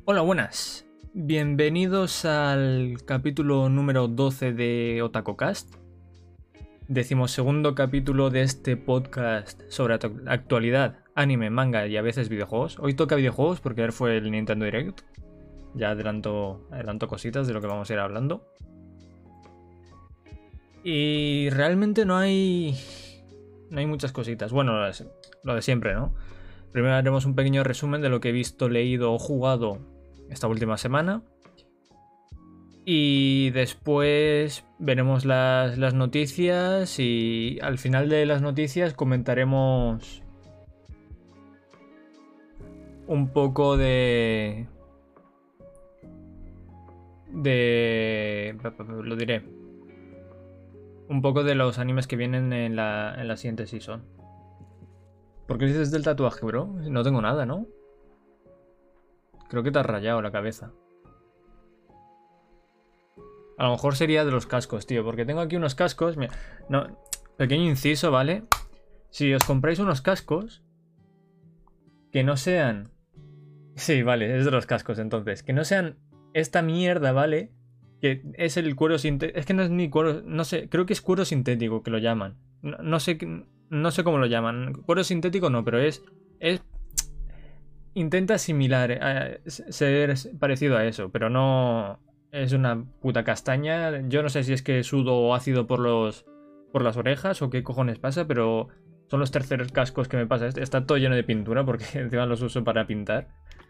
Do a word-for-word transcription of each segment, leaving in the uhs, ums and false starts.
Hola, buenas. Bienvenidos al capítulo número doce de OtakuCast. Decimosegundo capítulo de este podcast sobre actualidad, anime, manga y a veces videojuegos. Hoy toca videojuegos porque ayer fue el Nintendo Direct. Ya adelanto, adelanto cositas de lo que vamos a ir hablando. Y realmente no hay... No hay muchas cositas. Bueno, lo de siempre, ¿no? Primero haremos un pequeño resumen de lo que he visto, leído o jugado esta última semana. Y después veremos las, las noticias y al final de las noticias comentaremos un poco de... de... lo diré. Un poco de los animes que vienen en la, en la siguiente season. ¿Por qué dices del tatuaje, bro? No tengo nada, ¿no? Creo que te has rayado la cabeza. A lo mejor sería de los cascos, tío. Porque tengo aquí unos cascos. Mira, no, pequeño inciso, ¿vale? Si os compráis unos cascos que no sean... Sí, vale, es de los cascos entonces. Que no sean esta mierda, ¿vale? Que es el cuero sintético. Es que no es ni cuero... No sé, creo que es cuero sintético que lo llaman. No, no sé... No sé cómo lo llaman. Cuero sintético no, pero es... Es... Intenta asimilar, eh, ser parecido a eso, pero no es una puta castaña. Yo no sé si es que sudo ácido por los por las orejas o qué cojones pasa, pero son los terceros cascos que me pasa. Está todo lleno de pintura porque encima los uso para pintar.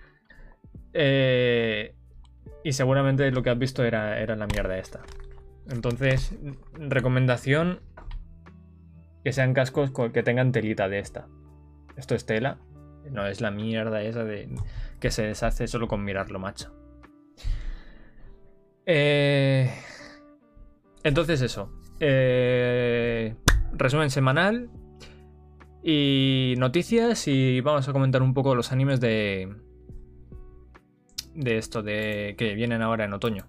Eh, y seguramente lo que has visto era, era la mierda esta. Entonces, recomendación que sean cascos que tengan telita de esta. Esto es tela. No es la mierda esa de que se deshace solo con mirarlo, macho. Eh... Entonces eso. Eh... Resumen semanal. Y noticias. Y vamos a comentar un poco los animes de... De esto, de que vienen ahora en otoño.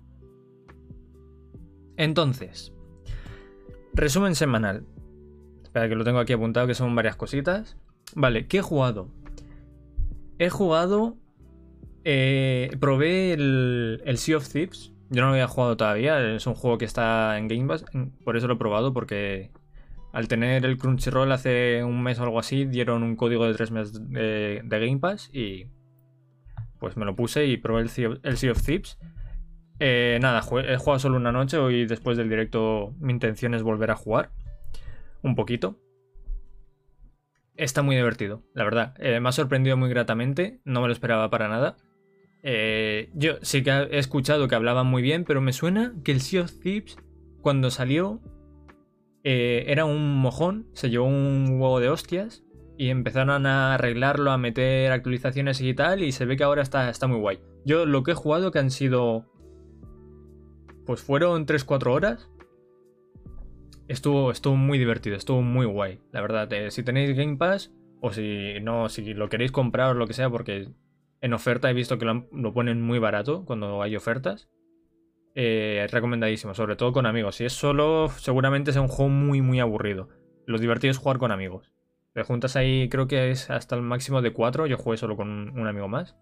Entonces. Resumen semanal. Espera que lo tengo aquí apuntado, que son varias cositas. Vale, ¿qué he jugado? He jugado... Eh, probé el, el Sea of Thieves. Yo no lo había jugado todavía. Es un juego que está en Game Pass. Por eso lo he probado, porque al tener el Crunchyroll hace un mes o algo así, dieron un código de tres meses de, de Game Pass y pues me lo puse y probé el Sea of, el sea of Thieves. Eh, nada, he jugado solo una noche. Hoy después del directo mi intención es volver a jugar un poquito. Está muy divertido, la verdad. Eh, me ha sorprendido muy gratamente. No me lo esperaba para nada. Eh, yo sí que he escuchado que hablaban muy bien, pero me suena que el Sea of Thieves, cuando salió, eh, era un mojón. Se llevó un huevo de hostias y empezaron a arreglarlo, a meter actualizaciones y tal. Y se ve que ahora está, está muy guay. Yo lo que he jugado, que han sido... Pues fueron tres cuatro horas. Estuvo, estuvo muy divertido, estuvo muy guay, la verdad. Eh, si tenéis Game Pass, o si no, si lo queréis comprar o lo que sea, porque en oferta he visto que lo, lo ponen muy barato cuando hay ofertas. Eh, recomendadísimo, sobre todo con amigos. Si es solo, seguramente sea un juego muy, muy aburrido. Lo divertido es jugar con amigos. Te juntas ahí, creo que es hasta el máximo de cuatro. Yo jugué solo con un, un amigo más.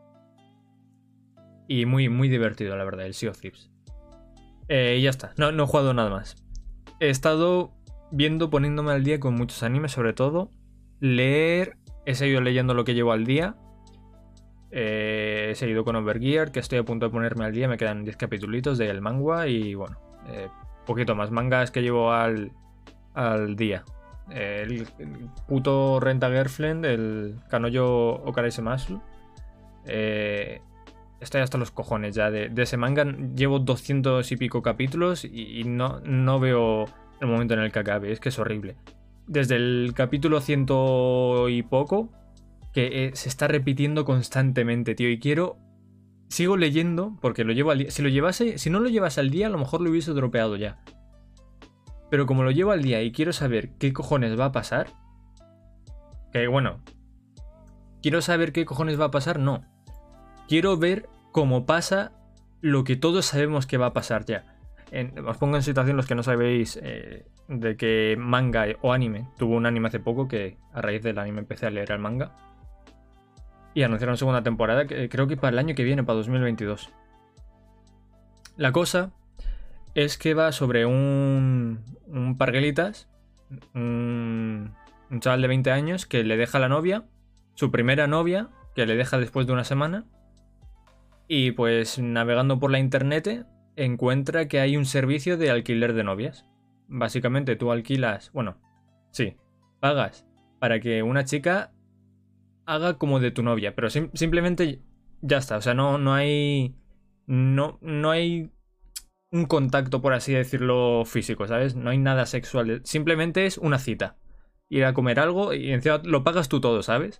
Y muy, muy divertido, la verdad, el Sea of Thieves. Eh, y ya está, no, no he jugado nada más. He estado viendo, poniéndome al día con muchos animes, sobre todo. Leer, he seguido leyendo lo que llevo al día. Eh, he seguido con Overgear, que estoy a punto de ponerme al día. Me quedan diez capítulos del manga y bueno, eh, poquito más. Mangas que llevo al, al día. Eh, el, el puto Renta Girlfriend, el Kanojo Okaraimasu. Eh, estoy hasta los cojones ya de, de ese manga. Llevo doscientos y pico capítulos y, y no, no veo el momento en el que acabe. Es que es horrible. Desde el capítulo ciento y poco, que eh, se está repitiendo constantemente, tío. Y quiero... Sigo leyendo porque lo llevo al día. Si lo llevase, si no lo llevas al día, a lo mejor lo hubiese dropeado ya. Pero como lo llevo al día y quiero saber qué cojones va a pasar... Que bueno... Quiero saber qué cojones va a pasar, no. Quiero ver cómo pasa lo que todos sabemos que va a pasar ya. En, os pongo en situación los que no sabéis eh, de que manga o anime. Tuvo un anime hace poco que a raíz del anime empecé a leer el manga. Y anunciaron segunda temporada, que creo que para el año que viene, para dos mil veintidós. La cosa es que va sobre un, un parguelitas, un, un chaval de veinte años que le deja a la novia, su primera novia, que le deja después de una semana, y pues navegando por la internet encuentra que hay un servicio de alquiler de novias. Básicamente tú alquilas, bueno, sí, pagas para que una chica haga como de tu novia, pero sim- simplemente ya está, o sea, no, no hay no, no hay un contacto, por así decirlo, físico, ¿sabes? No hay nada sexual, simplemente es una cita, ir a comer algo y encima lo pagas tú todo, ¿sabes?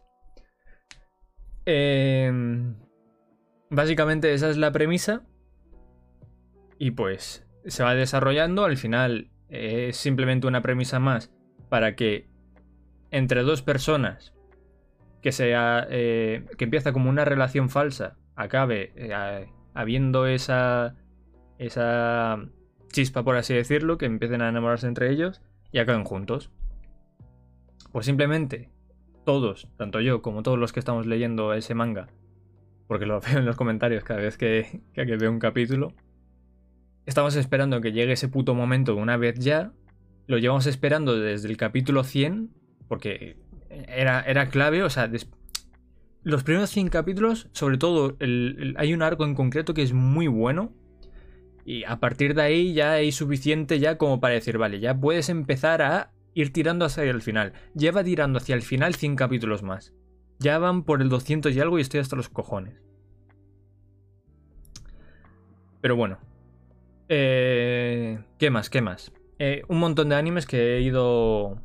Eh, básicamente esa es la premisa y pues se va desarrollando, al final eh, es simplemente una premisa más para que entre dos personas que sea eh, que empieza como una relación falsa acabe eh, habiendo esa esa chispa, por así decirlo, que empiecen a enamorarse entre ellos y acaben juntos. Pues simplemente todos, tanto yo como todos los que estamos leyendo ese manga, porque lo veo en los comentarios cada vez que, que veo un capítulo, estamos esperando que llegue ese puto momento de una vez ya. Lo llevamos esperando desde el capítulo cien, porque era, era clave, o sea, des... los primeros cien capítulos, sobre todo, el, el, hay un arco en concreto que es muy bueno, y a partir de ahí ya hay suficiente ya como para decir, vale, ya puedes empezar a ir tirando hacia el final. Lleva tirando hacia el final cien capítulos más. Ya van por el doscientos y algo y estoy hasta los cojones. Pero bueno. Eh, ¿Qué más? ¿Qué más? Eh, un montón de animes que he ido...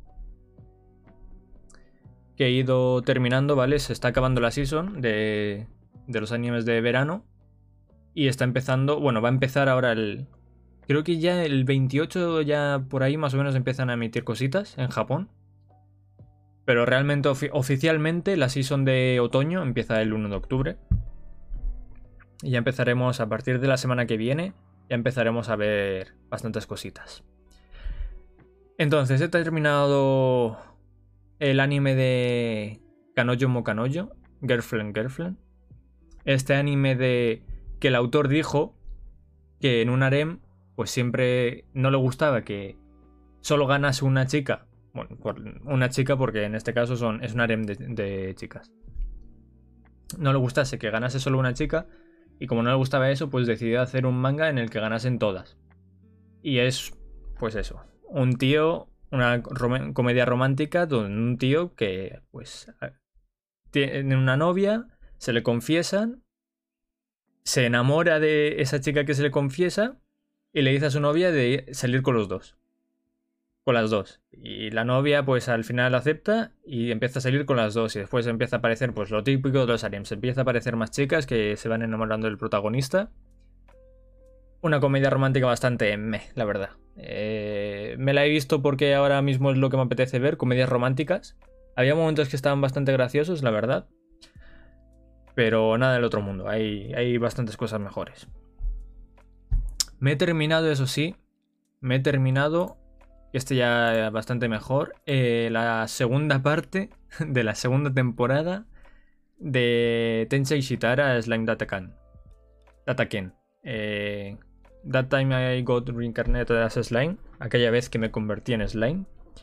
Que he ido terminando, ¿vale? Se está acabando la season de, de los animes de verano. Y está empezando... Bueno, va a empezar ahora el... Creo que ya el veintiocho ya por ahí más o menos empiezan a emitir cositas en Japón. Pero realmente ofi- oficialmente la season de otoño empieza el uno de octubre. Y ya empezaremos a partir de la semana que viene. Ya empezaremos a ver bastantes cositas. Entonces he terminado el anime de Kanojo Mo Kanojo, Girlfriend Girlfriend. Este anime de que el autor dijo que en un harem pues siempre no le gustaba que solo ganase una chica. Bueno, una chica porque en este caso son, es un harem de, de chicas. No le gustase que ganase solo una chica y como no le gustaba eso, pues decidió hacer un manga en el que ganasen todas. Y es, pues eso, un tío, una rom- comedia romántica donde un tío que pues tiene una novia, se le confiesan, se enamora de esa chica que se le confiesa y le dice a su novia de salir con los dos. Con las dos. Y la novia pues al final acepta y empieza a salir con las dos. Y después empieza a aparecer pues lo típico de los animes. Empieza a aparecer más chicas que se van enamorando del protagonista. Una comedia romántica bastante meh, la verdad. Eh, me la he visto porque ahora mismo es lo que me apetece ver, comedias románticas. Había momentos que estaban bastante graciosos, la verdad. Pero nada del otro mundo. Hay, hay bastantes cosas mejores. Me he terminado, eso sí. Me he terminado... Este ya bastante mejor. Eh, la segunda parte de la segunda temporada de Tensei Shitara Slime Dataken. Dataken. Eh, that time I got reincarnated as Slime. Aquella vez que me convertí en Slime.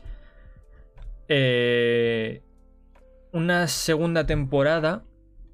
Eh, una segunda temporada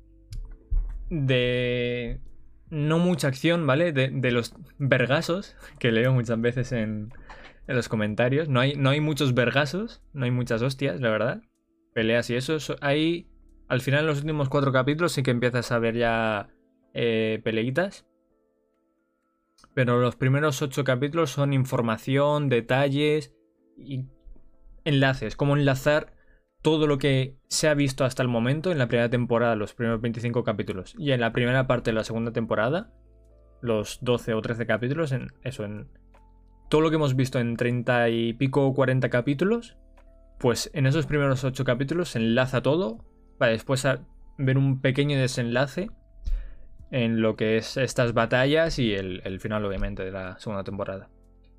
de no mucha acción, ¿vale? De, de los vergasos que leo muchas veces en... en los comentarios. No hay, no hay muchos vergazos, no hay muchas hostias, la verdad. Peleas y eso. Hay, al final, en los últimos cuatro capítulos sí que empiezas a ver ya eh, peleitas. Pero los primeros ocho capítulos son información, detalles y enlaces. Como enlazar todo lo que se ha visto hasta el momento en la primera temporada, los primeros veinticinco capítulos. Y en la primera parte de la segunda temporada, los doce o trece capítulos, en eso, en... todo lo que hemos visto en treinta y pico o cuarenta capítulos, pues en esos primeros ocho capítulos se enlaza todo para después ver un pequeño desenlace en lo que es estas batallas y el, el final, obviamente, de la segunda temporada.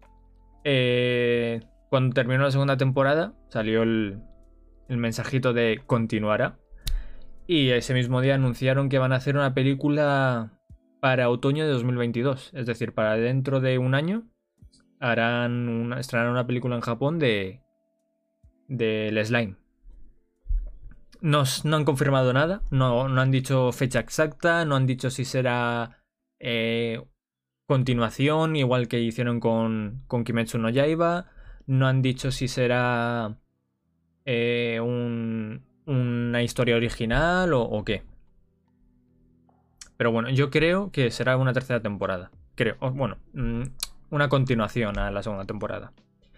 Eh, cuando terminó la segunda temporada, salió el, el mensajito de continuará. Y ese mismo día anunciaron que van a hacer una película para otoño de dos mil veintidós. Es decir, para dentro de un año harán una, estrenarán una película en Japón de del slime. No, no han confirmado nada, no, no han dicho fecha exacta, no han dicho si será eh, continuación, igual que hicieron con, con Kimetsu no Yaiba, no han dicho si será eh, un, una historia original o, o qué. Pero bueno, yo creo que será una tercera temporada. Creo, o, bueno, una continuación a la segunda temporada.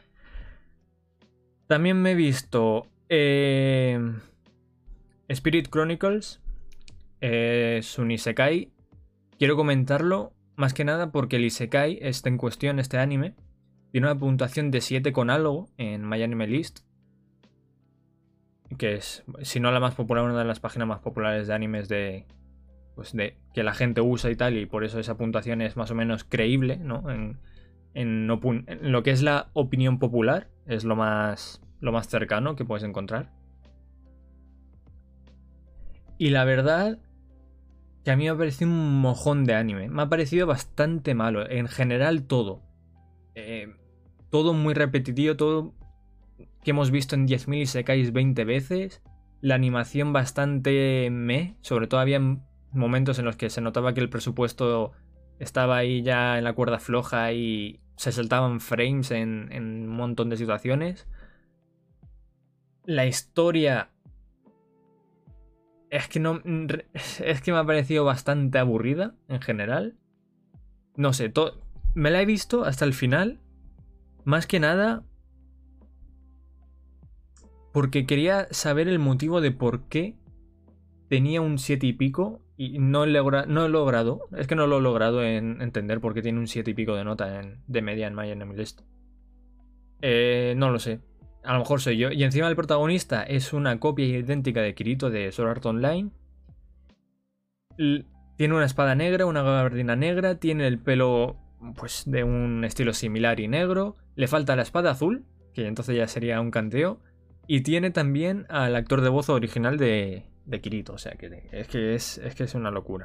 También me he visto eh, Spirit Chronicles, eh, es un Isekai. Quiero comentarlo más que nada porque el Isekai, este en cuestión, este anime, tiene una puntuación de siete con algo en MyAnimeList, que es, si no la más popular, una de las páginas más populares de animes de, pues de que la gente usa y tal, y por eso esa puntuación es más o menos creíble, ¿no? En, en, en lo que es la opinión popular, es lo más, lo más cercano que puedes encontrar. Y la verdad que a mí me ha parecido un mojón de anime. Me ha parecido bastante malo. En general todo. Eh, todo muy repetitivo. Todo que hemos visto en diez mil Isekais veinte veces. La animación bastante meh. Sobre todo había momentos en los que se notaba que el presupuesto estaba ahí ya en la cuerda floja y se saltaban frames en, en un montón de situaciones. La historia... Es que no. Es que me ha parecido bastante aburrida en general. No sé, to, me la he visto hasta el final. Más que nada. Porque quería saber el motivo de por qué tenía un siete y pico. Y no he, logra, no he logrado. Es que no lo he logrado en entender por qué tiene un siete y pico de nota en, de media en MyAnimeList. Eh, no lo sé. A lo mejor soy yo. Y encima el protagonista es una copia idéntica de Kirito de Sword Art Online. L- tiene una espada negra, una gabardina negra, tiene el pelo pues de un estilo similar y negro. Le falta la espada azul, que entonces ya sería un canteo. Y tiene también al actor de voz original de, de Kirito. O sea que es que es, es que es una locura.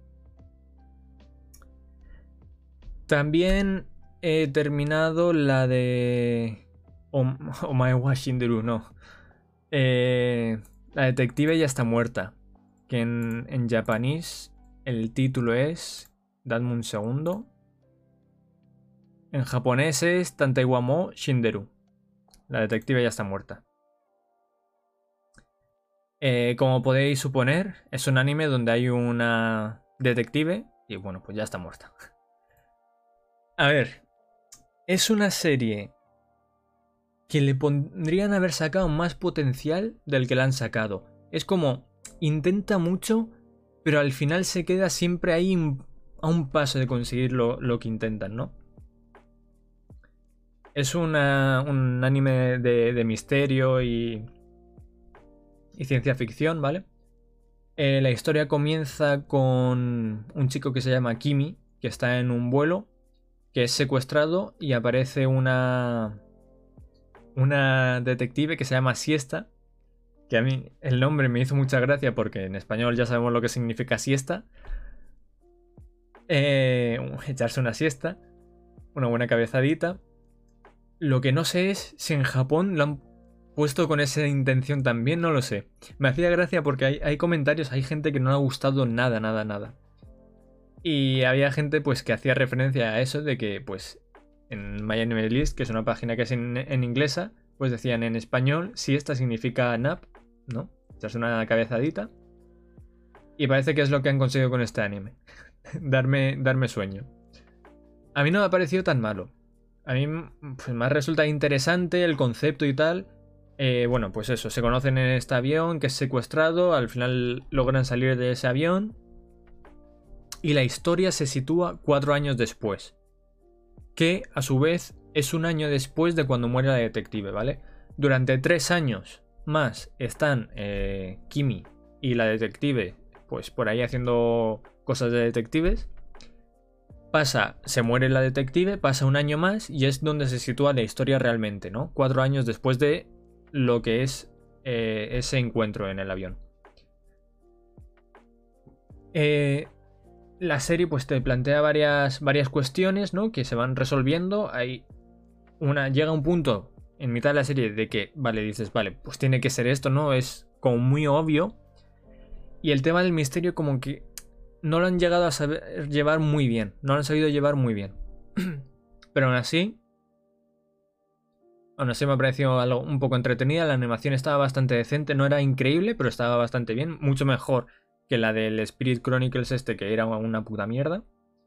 También he terminado la de... Omae wa Shinderu, no. Eh, la detective ya está muerta. Que en, en japonés el título es... Dadme un segundo. En japonés es Tantei wa mo Shinderu. La detective ya está muerta. Eh, como podéis suponer, es un anime donde hay una detective y bueno, pues ya está muerta. A ver, es una serie que le pondrían haber sacado más potencial del que le han sacado. Es como, intenta mucho, pero al final se queda siempre ahí a un paso de conseguir lo, lo que intentan, ¿no? Es una, un anime de, de misterio y, y ciencia ficción, ¿vale? Eh, la historia comienza con un chico que se llama Kimi, que está en un vuelo, que es secuestrado y aparece una... una detective que se llama Siesta, que a mí el nombre me hizo mucha gracia porque en español ya sabemos lo que significa siesta. Eh, echarse una siesta, una buena cabezadita. Lo que no sé es si en Japón lo han puesto con esa intención también, no lo sé. Me hacía gracia porque hay, hay comentarios, hay gente que no le ha gustado nada, nada, nada. Y había gente pues que hacía referencia a eso de que pues... en MyAnimeList, que es una página que es en, en inglesa, pues decían en español, siesta significa nap, ¿no? Echarse una cabezadita. Y parece que es lo que han conseguido con este anime. darme, darme sueño. A mí no me ha parecido tan malo. A mí pues, más resulta interesante el concepto y tal. Eh, bueno, pues eso, se conocen en este avión que es secuestrado, al final logran salir de ese avión. Y la historia se sitúa cuatro años después. Que a su vez es un año después de cuando muere la detective, ¿vale? Durante tres años más están eh, Kimi y la detective pues por ahí haciendo cosas de detectives. Pasa, se muere la detective, pasa un año más y es donde se sitúa la historia realmente, ¿no? Cuatro años después de lo que es eh, ese encuentro en el avión. Eh, la serie pues te plantea varias, varias cuestiones, ¿no? Que se van resolviendo. Hay una, llega un punto en mitad de la serie de que, vale, dices, vale, pues tiene que ser esto, ¿no? Es como muy obvio. Y el tema del misterio como que no lo han llegado a saber llevar muy bien. No lo han sabido llevar muy bien. Pero aún así... Aún así me ha parecido algo un poco entretenida. La animación estaba bastante decente. No era increíble, pero estaba bastante bien. Mucho mejor que la del Spirit Chronicles este, que era una puta mierda.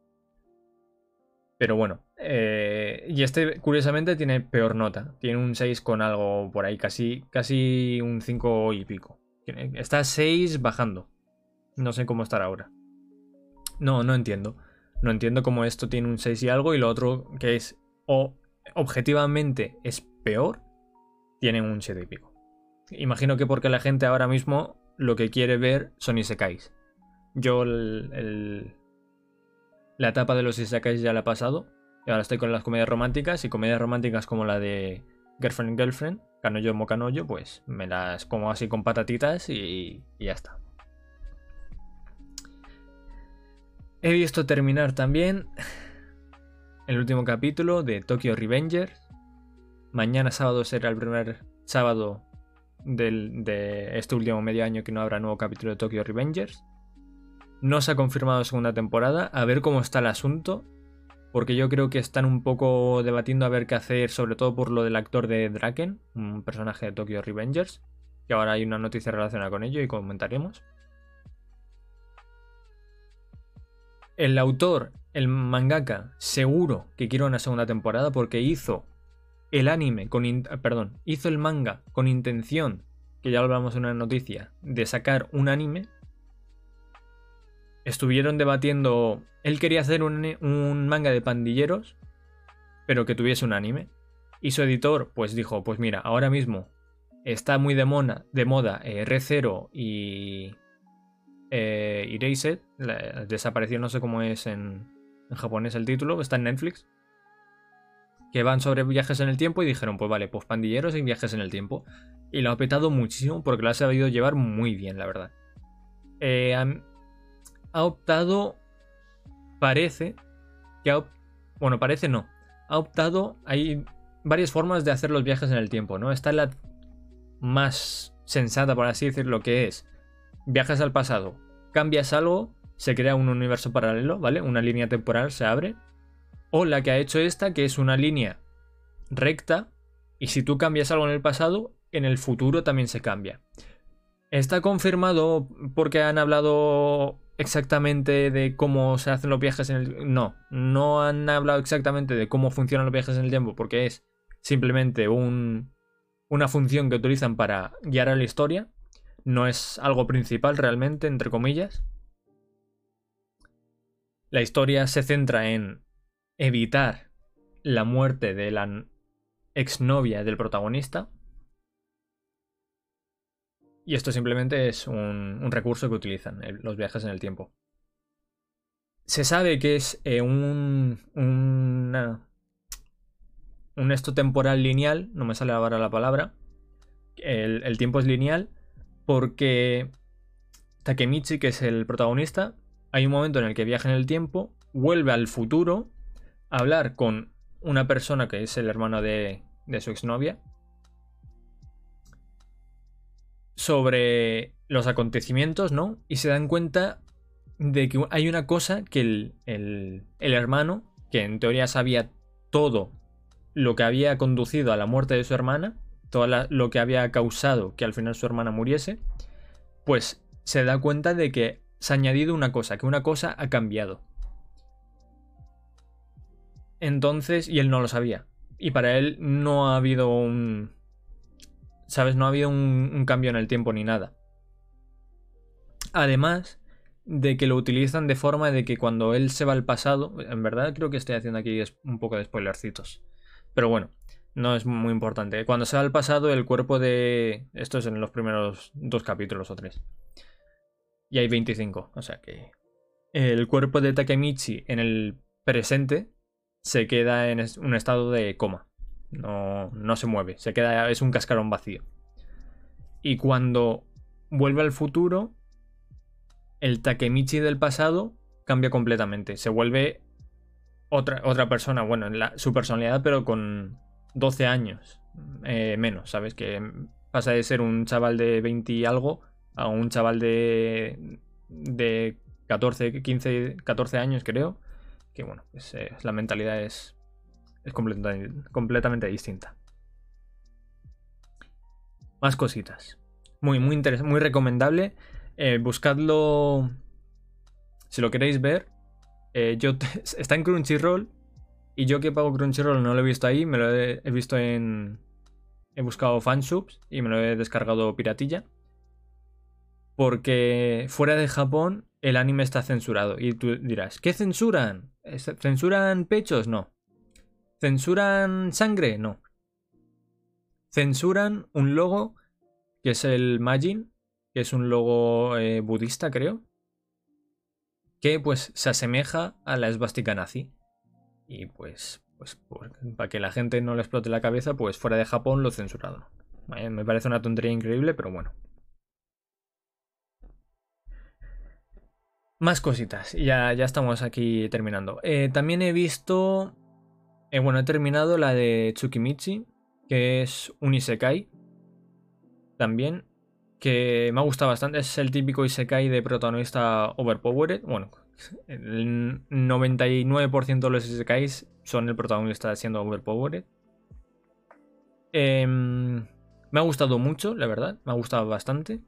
Pero bueno. Eh, y este, curiosamente, tiene peor nota. Tiene un seis con algo por ahí. Casi, casi un cinco y pico. Está a seis bajando. No sé cómo estará ahora. No, no entiendo. No entiendo cómo esto tiene un seis y algo y lo otro que es o objetivamente es peor, tiene un siete y pico. Imagino que porque la gente ahora mismo lo que quiere ver son isekais. Yo el, el, la etapa de los isekais ya la he pasado. Y ahora estoy con las comedias románticas y comedias románticas como la de Girlfriend Girlfriend, Kanojo mo Kanojo, pues me las como así con patatitas y, y ya está. He visto terminar también el último capítulo de Tokyo Revengers. Mañana sábado será el primer sábado del, de este último medio año que no habrá nuevo capítulo de Tokyo Revengers. No se ha confirmado segunda temporada. A ver cómo está el asunto. Porque yo creo que están un poco debatiendo a ver qué hacer, sobre todo por lo del actor de Draken, un personaje de Tokyo Revengers. Que ahora hay una noticia relacionada con ello y comentaremos. El autor, el mangaka, seguro que quiere una segunda temporada porque hizo el anime con... In- perdón, hizo el manga con intención, que ya lo hablamos en una noticia, de sacar un anime. Estuvieron debatiendo... Él quería hacer un, un manga de pandilleros, pero que tuviese un anime. Y su editor pues dijo, pues mira, ahora mismo está muy de, mona, de moda eh, Re:Zero y... Eh, Erased, la, desapareció, no sé cómo es en, en japonés el título, está en Netflix, que van sobre viajes en el tiempo y dijeron, pues vale, pues pandilleros y viajes en el tiempo. Y lo ha petado muchísimo porque lo ha sabido llevar muy bien, la verdad. Eh, ha, ha optado, parece, que ha, op- bueno, parece no, ha optado, hay varias formas de hacer los viajes en el tiempo, ¿no? Está la más sensata, por así decirlo, que es viajas al pasado, cambias algo, se crea un universo paralelo, ¿vale? Una línea temporal se abre. O la que ha hecho esta, que es una línea recta, y si tú cambias algo en el pasado, en el futuro también se cambia. ¿Está confirmado porque han hablado exactamente de cómo se hacen los viajes en el... No, no han hablado exactamente de cómo funcionan los viajes en el tiempo, porque es simplemente un, una función que utilizan para guiar a la historia. No es algo principal realmente, entre comillas. La historia se centra en evitar la muerte de la exnovia del protagonista. Y esto simplemente es un, un recurso que utilizan, el, los viajes en el tiempo. Se sabe que es eh, un, una, un esto temporal lineal, no me sale ahora la palabra. El, el tiempo es lineal porque Takemichi, que es el protagonista, hay un momento en el que viaja en el tiempo, vuelve al futuro a hablar con una persona que es el hermano de, de su exnovia sobre los acontecimientos, ¿no? Y se dan cuenta de que hay una cosa que el, el, el hermano, que en teoría sabía todo lo que había conducido a la muerte de su hermana, todo la, lo que había causado que al final su hermana muriese, pues se da cuenta de que se ha añadido una cosa, que una cosa ha cambiado. Entonces, y él no lo sabía. Y para él no ha habido un... ¿Sabes? No ha habido un, un cambio en el tiempo ni nada. Además de que lo utilizan de forma de que cuando él se va al pasado... En verdad creo que estoy haciendo aquí un poco de spoilercitos. Pero bueno, no es muy importante. Cuando se va al pasado, el cuerpo de... Esto es en los primeros dos capítulos o tres. Y hay veinticinco, o sea que... El cuerpo de Takemichi en el presente se queda en un estado de coma. No, no se mueve, se queda, es un cascarón vacío. Y cuando vuelve al futuro, el Takemichi del pasado cambia completamente. Se vuelve otra, otra persona, bueno, en la, su personalidad, pero con doce años eh, menos, ¿sabes? Que pasa de ser un chaval de veinte y algo a un chaval de, de catorce, quince, catorce años, creo. Que bueno, pues, eh, la mentalidad es, es completamente, completamente distinta. Más cositas. Muy, muy interesante, muy recomendable. Eh, buscadlo si lo queréis ver. Eh, yo te, está en Crunchyroll. Y yo que pago Crunchyroll no lo he visto ahí. Me lo he, he visto en... He buscado fansubs y me lo he descargado piratilla. Porque fuera de Japón el anime está censurado. Y tú dirás, ¿qué censuran? ¿Censuran pechos? No. ¿Censuran sangre? No. Censuran un logo que es el Majin, que es un logo eh, budista, creo, que pues se asemeja a la esvástica nazi. Y pues, pues por, para que la gente no le explote la cabeza, pues fuera de Japón lo censurado. ¿Vale? Me parece una tontería increíble, pero bueno. Más cositas, ya, ya estamos aquí terminando. Eh, también he visto... Eh, bueno, he terminado la de Tsukimichi, que es un isekai. También, que me ha gustado bastante. Es el típico isekai de protagonista overpowered. Bueno, el noventa y nueve por ciento de los isekais son el protagonista siendo overpowered. Eh, me ha gustado mucho, la verdad. Me ha gustado bastante.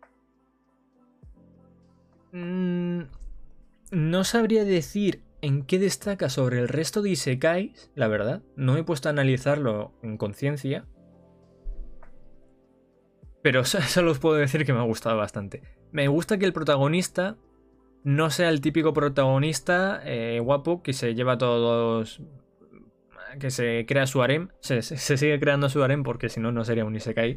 Mm, no sabría decir en qué destaca sobre el resto de isekais, la verdad. No me he puesto a analizarlo en conciencia. Pero solo os puedo decir que me ha gustado bastante. Me gusta que el protagonista no sea el típico protagonista eh, guapo que se lleva a todos... que se crea su harem. Se, se, se sigue creando su harem porque si no, no sería un isekai.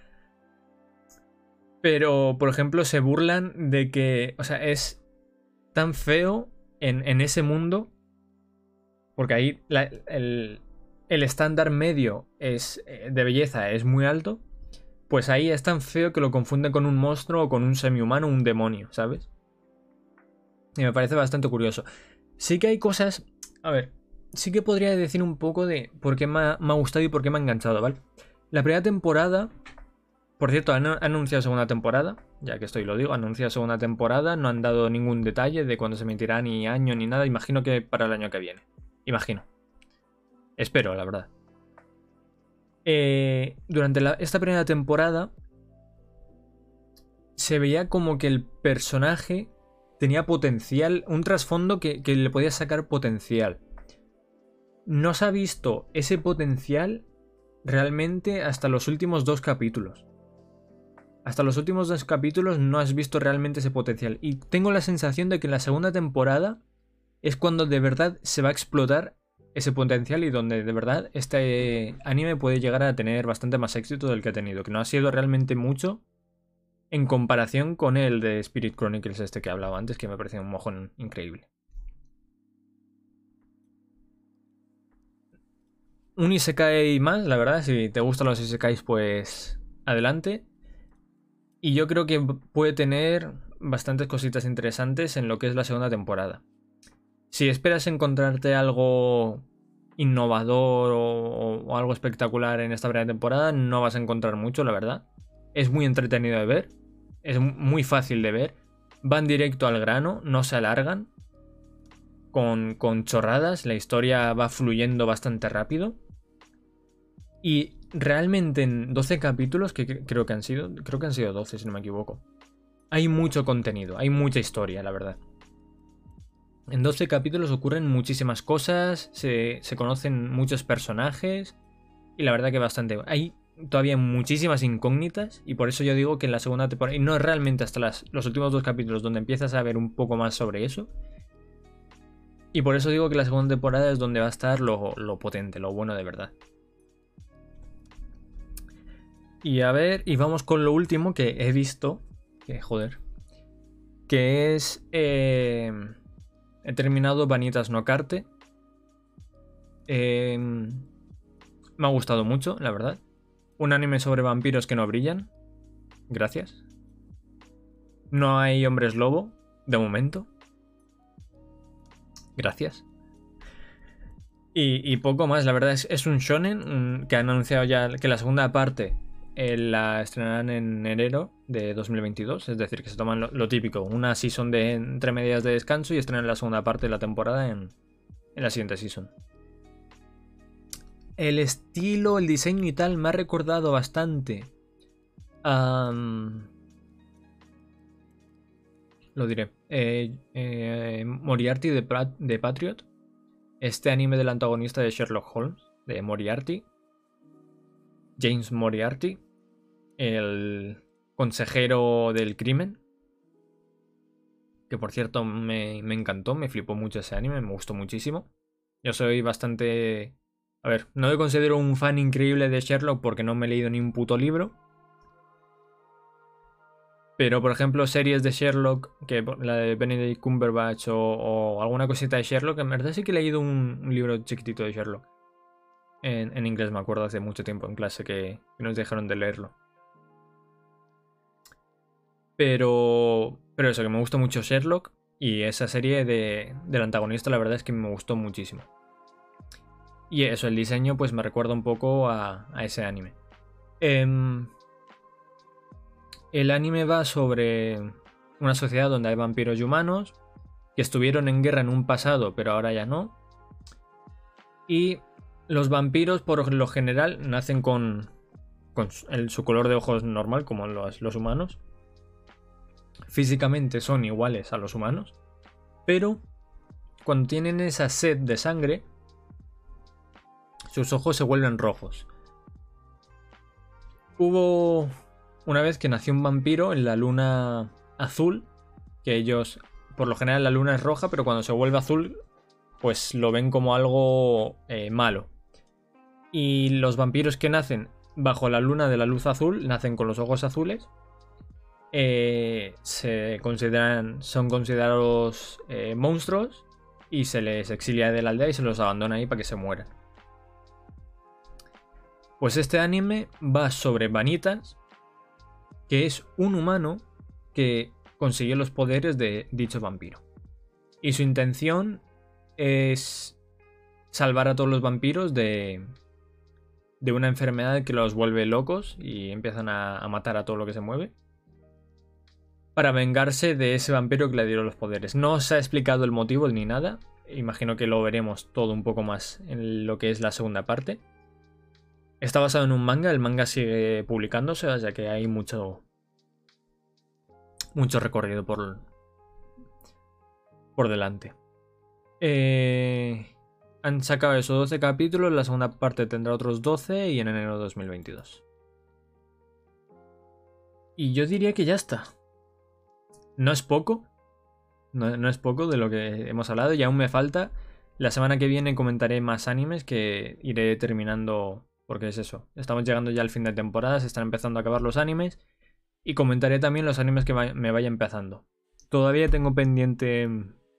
Pero, por ejemplo, se burlan de que... O sea, es tan feo en, en ese mundo. Porque ahí la, el, el estándar medio es, de belleza es muy alto. Pues ahí es tan feo que lo confunden con un monstruo o con un semi-humano, un demonio, ¿sabes? Y me parece bastante curioso. Sí que hay cosas... A ver, sí que podría decir un poco de por qué me ha, me ha gustado y por qué me ha enganchado, ¿vale? La primera temporada... Por cierto, han anunciado segunda temporada, ya que estoy lo digo, han anunciado segunda temporada, no han dado ningún detalle de cuándo se emitirá, ni año, ni nada. Imagino que para el año que viene. Imagino. Espero, la verdad. Eh, durante la, esta primera temporada se veía como que el personaje tenía potencial, un trasfondo que, que le podía sacar potencial. No se ha visto ese potencial realmente hasta los últimos dos capítulos. Hasta los últimos dos capítulos no has visto realmente ese potencial. Y tengo la sensación de que en la segunda temporada es cuando de verdad se va a explotar ese potencial y donde de verdad este anime puede llegar a tener bastante más éxito del que ha tenido, que no ha sido realmente mucho en comparación con el de Spirit Chronicles este que hablaba antes, que me parecía un mojón increíble. Un isekai más, la verdad, si te gustan los isekais pues adelante. Y yo creo que puede tener bastantes cositas interesantes en lo que es la segunda temporada. Si esperas encontrarte algo innovador o, o algo espectacular en esta primera temporada, no vas a encontrar mucho, la verdad. Es muy entretenido de ver, es muy fácil de ver. Van directo al grano, no se alargan con, con chorradas, la historia va fluyendo bastante rápido. Y realmente en doce capítulos, que creo que han sido, creo que han sido doce si no me equivoco, hay mucho contenido, hay mucha historia, la verdad. En doce capítulos ocurren muchísimas cosas, se, se conocen muchos personajes y la verdad que bastante... Hay todavía muchísimas incógnitas y por eso yo digo que en la segunda temporada, y no es realmente hasta las, los últimos dos capítulos donde empiezas a ver un poco más sobre eso, y por eso digo que la segunda temporada es donde va a estar lo, lo potente, lo bueno de verdad. Y a ver, y vamos con lo último que he visto, que joder, que es... Eh, he terminado Vanitas no Carte. Eh, me ha gustado mucho, la verdad. Un anime sobre vampiros que no brillan. Gracias. No hay hombres lobo, De momento. Gracias. Y, y poco más, la verdad es, es un shonen un, que han anunciado ya que la segunda parte eh, la estrenarán en enero de dos mil veintidós. Es decir, que se toman lo, lo típico, una season de entre medias de descanso y estrenan la segunda parte de la temporada en, en la siguiente season. El estilo, el diseño y tal me ha recordado bastante. Um, lo diré. Eh, eh, Moriarty de, de Patriot. Este anime del antagonista de Sherlock Holmes, de Moriarty. James Moriarty. El consejero del crimen. Que por cierto me, me encantó, me flipó mucho ese anime, me gustó muchísimo. Yo soy bastante... A ver, no me considero un fan increíble de Sherlock porque no me he leído ni un puto libro. Pero, por ejemplo, series de Sherlock, que la de Benedict Cumberbatch o, o alguna cosita de Sherlock, en verdad sí que he leído un, un libro chiquitito de Sherlock. En, en inglés, me acuerdo, hace mucho tiempo en clase que, que nos dejaron de leerlo. Pero, pero eso, que me gustó mucho Sherlock y esa serie de, del antagonista, la verdad es que me gustó muchísimo. Y eso, el diseño pues me recuerda un poco a, a ese anime. Eh, el anime va sobre una sociedad donde hay vampiros y humanos que estuvieron en guerra en un pasado, pero ahora ya no. Y los vampiros por lo general nacen con, con el, su color de ojos normal, como los, los humanos. Físicamente son iguales a los humanos, pero cuando tienen esa sed de sangre, sus ojos se vuelven rojos. Hubo una vez que nació un vampiro en la luna azul, que ellos, por lo general la luna es roja, pero cuando se vuelve azul, pues lo ven como algo eh, malo. Y los vampiros que nacen bajo la luna de la luz azul, nacen con los ojos azules, eh, se consideran, son considerados eh, monstruos y se les exilia de la aldea y se los abandona ahí para que se mueran. Pues este anime va sobre Vanitas, que es un humano que consiguió los poderes de dicho vampiro. Y su intención es salvar a todos los vampiros de, de una enfermedad que los vuelve locos y empiezan a, a matar a todo lo que se mueve, para vengarse de ese vampiro que le dio los poderes. No se ha explicado el motivo ni nada. Imagino que lo veremos todo un poco más en lo que es la segunda parte. Está basado en un manga, el manga sigue publicándose, o sea que hay mucho mucho recorrido por por delante. Eh, han sacado esos doce capítulos, la segunda parte tendrá otros doce y en enero de dos mil veintidós. Y yo diría que ya está. No es poco, no, no es poco de lo que hemos hablado y aún me falta. La semana que viene comentaré más animes que iré terminando. Porque es eso, estamos llegando ya al fin de temporada, se están empezando a acabar los animes. Y comentaré también los animes que me vaya empezando. Todavía tengo pendiente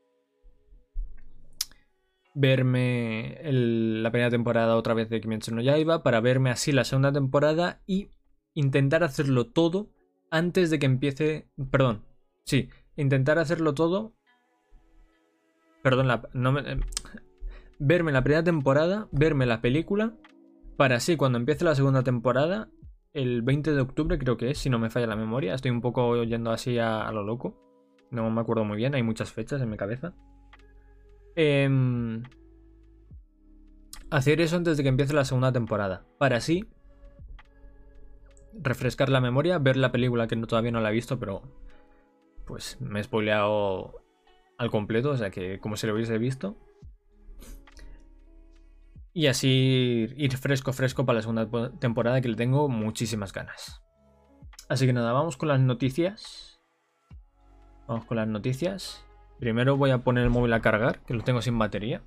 verme el, la primera temporada otra vez de Kimetsu no Yaiba, para verme así la segunda temporada y intentar hacerlo todo antes de que empiece... Perdón, sí, intentar hacerlo todo... Perdón, la, no me, eh, verme la primera temporada, verme la película... Para así, cuando empiece la segunda temporada, el veinte de octubre creo que es, si no me falla la memoria. Estoy un poco yendo así a, a lo loco. No me acuerdo muy bien, hay muchas fechas en mi cabeza. Eh, hacer eso antes de que empiece la segunda temporada. Para así refrescar la memoria, ver la película que no, todavía no la he visto, pero pues me he spoileado al completo, o sea que como si lo hubiese visto. Y así ir fresco fresco para la segunda temporada, que le tengo muchísimas ganas. Así que nada, vamos con las noticias. Vamos con las noticias. Primero voy a poner el móvil a cargar, que lo tengo sin batería.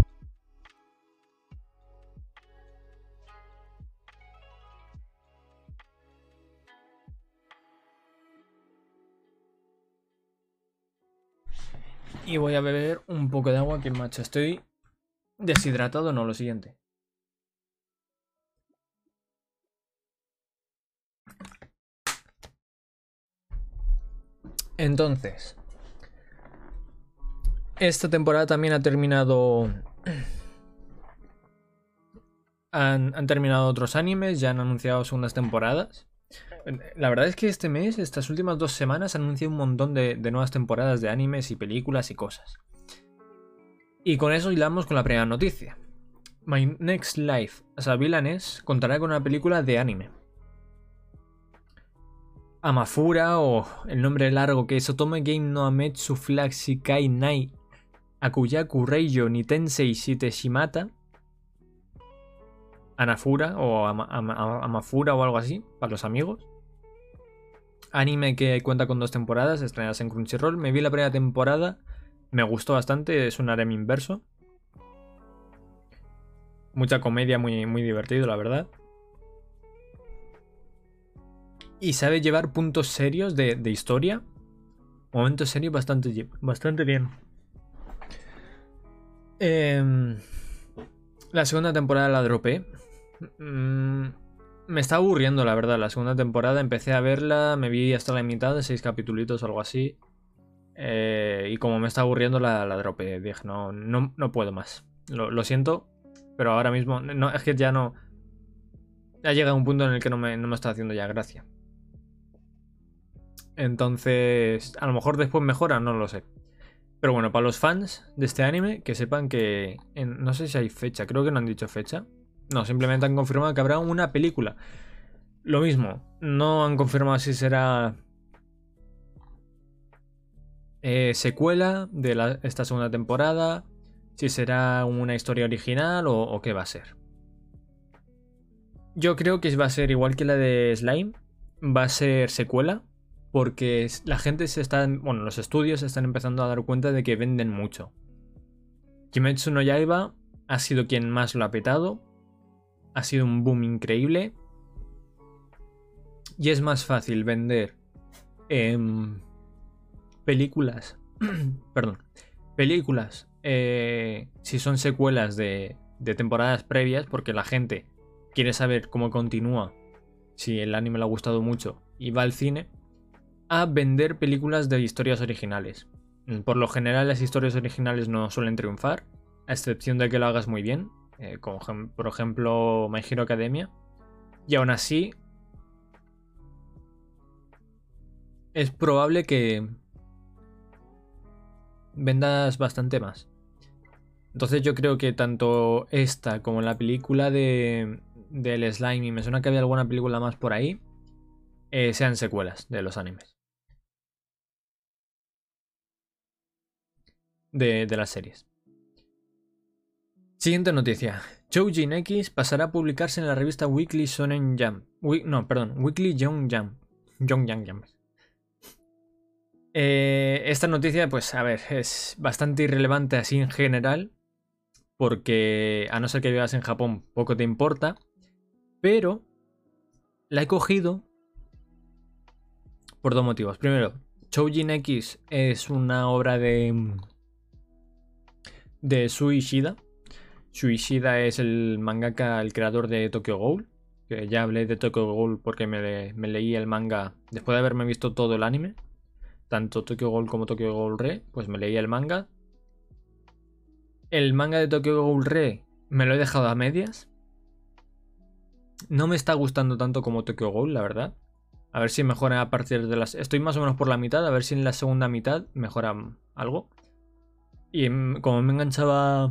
Y voy a beber un poco de agua, que macho, estoy deshidratado, no, lo siguiente. Entonces, esta temporada también ha terminado... Han, han terminado otros animes, ya han anunciado segundas temporadas. La verdad es que este mes, estas últimas dos semanas, han anunciado un montón de, de nuevas temporadas de animes y películas y cosas. Y con eso hilamos con la primera noticia. My Next Life as a Villainess contará con una película de anime. Amafura, o el nombre largo que es Otome Game no Ametsu Flag Shikai Nai Akuyaku Reiyo ni Tensei Shite Shimata. Anafura o Ama, Ama, Amafura o algo así, para los amigos. Anime que cuenta con dos temporadas, estrenadas en Crunchyroll. Me vi la primera temporada, me gustó bastante, es un harem inverso. Mucha comedia, muy, muy divertido, la verdad. Y sabe llevar puntos serios de, de historia. Momentos serios bastante, bastante bien. Eh, la segunda temporada la dropé. Mm, me está aburriendo, la verdad. La segunda temporada empecé a verla, me vi hasta la mitad de seis capitulitos o algo así. Eh, y como me está aburriendo, la, la dropé. Dije, no, no, no puedo más. Lo, lo siento, pero ahora mismo no, es que ya no. Ha llegado un punto en el que no me, no me está haciendo ya gracia. Entonces, a lo mejor después mejora, no lo sé. Pero bueno, para los fans de este anime, que sepan que... En, no sé si hay fecha, creo que no han dicho fecha. No, simplemente han confirmado que habrá una película. Lo mismo, no han confirmado si será eh, secuela de la, esta segunda temporada, si será una historia original o, o qué va a ser. Yo creo que va a ser igual que la de Slime, va a ser secuela, porque la gente se está... Bueno, los estudios se están empezando a dar cuenta de que venden mucho. Kimetsu no Yaiba ha sido quien más lo ha petado. Ha sido un boom increíble. Y es más fácil vender eh, películas. Perdón. Películas. Eh, si son secuelas de, de temporadas previas. Porque la gente quiere saber cómo continúa. Si el anime le ha gustado mucho y va al cine. A vender películas de historias originales. Por lo general las historias originales no suelen triunfar. A excepción de que lo hagas muy bien. Eh, como por ejemplo My Hero Academia. Y aún así es probable que vendas bastante más. Entonces yo creo que tanto esta como la película de del Slime, y me suena que había alguna película más por ahí, eh, sean secuelas de los animes. De, de las series. Siguiente noticia. Choujin X pasará a publicarse en la revista Weekly Shonen Jump. We, no, perdón, Weekly Young Jump. Young Young Jump. Eh, esta noticia, pues a ver, es bastante irrelevante así en general, porque a no ser que vivas en Japón, poco te importa, pero la he cogido por dos motivos. Primero, Choujin X es una obra de de Sui Ishida. Sui Ishida es el mangaka, el creador de Tokyo Ghoul. Que ya hablé de Tokyo Ghoul porque me, me leí el manga después de haberme visto todo el anime. Tanto Tokyo Ghoul como Tokyo Ghoul Re, pues me leí el manga. El manga de Tokyo Ghoul Re me lo he dejado a medias. No me está gustando tanto como Tokyo Ghoul, la verdad. A ver si mejora a partir de las... Estoy más o menos por la mitad, a ver si en la segunda mitad mejora algo. Y como me enganchaba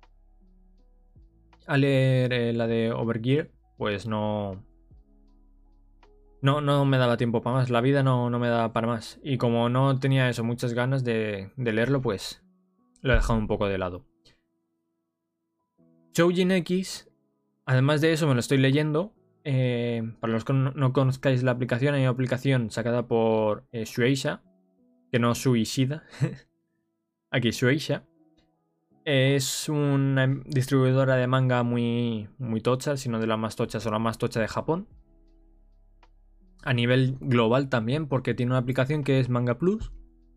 a leer eh, la de Overgear, pues no... No, no me daba tiempo para más. La vida no, no me daba para más. Y como no tenía eso, muchas ganas de, de leerlo, pues lo he dejado un poco de lado. Choujin X, además de eso, me lo estoy leyendo. Eh, para los que no, no conozcáis la aplicación, hay una aplicación sacada por eh, Shueisha, que no Sui Ishida. Aquí Shueisha. Es una distribuidora de manga muy, muy tocha, sino de las más tochas o la más tocha de Japón. A nivel global también, porque tiene una aplicación que es Manga Plus,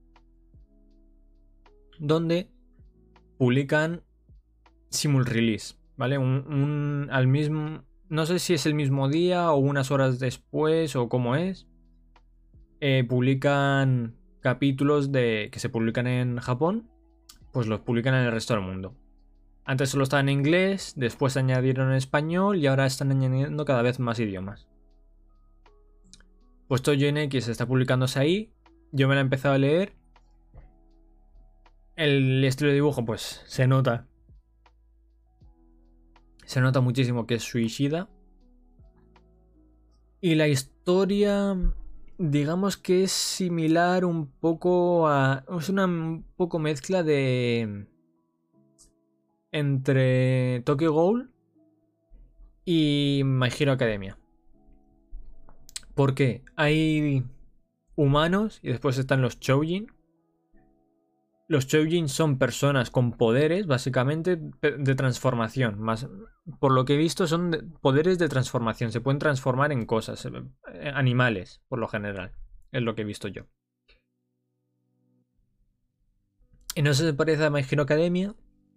donde publican simul release, ¿vale? Un, un, al mismo, no sé si es el mismo día o unas horas después o cómo es. Eh, publican capítulos de que se publican en Japón pues los publican en el resto del mundo. Antes solo estaba en inglés, después añadieron en español y ahora están añadiendo cada vez más idiomas. Pues Tokyo X está publicándose ahí, yo me la he empezado a leer. El estilo de dibujo pues se nota. Se nota muchísimo que es Suishida. Y la historia, digamos que es similar un poco a... Es una un poco mezcla de... entre Tokyo Ghoul y My Hero Academia. ¿Por qué? Hay humanos y después están los Choujin. Los Choujin son personas con poderes, básicamente, de transformación. Más, por lo que he visto, son de, poderes de transformación. Se pueden transformar en cosas, animales, por lo general. Es lo que he visto yo. Y no se parece a My Hero Academia,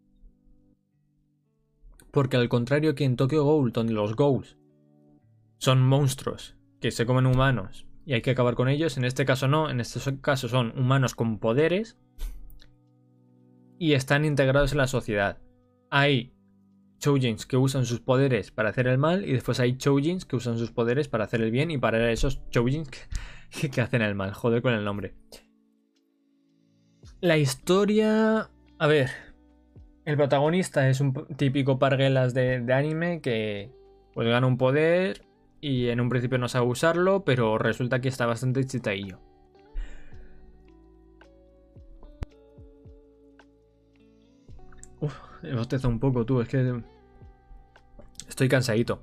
porque al contrario que en Tokyo Ghoul, donde los Ghouls son monstruos que se comen humanos y hay que acabar con ellos, en este caso no. En este caso son humanos con poderes y están integrados en la sociedad. Hay Choujins que usan sus poderes para hacer el mal y después hay Choujins que usan sus poderes para hacer el bien y para esos Choujins que, que hacen el mal. Joder con el nombre. La historia... A ver... El protagonista es un típico parguelas de, de anime que pues gana un poder y en un principio no sabe usarlo, pero resulta que está bastante chitaillo. Uf, he bostezado un poco, tú, es que estoy cansadito.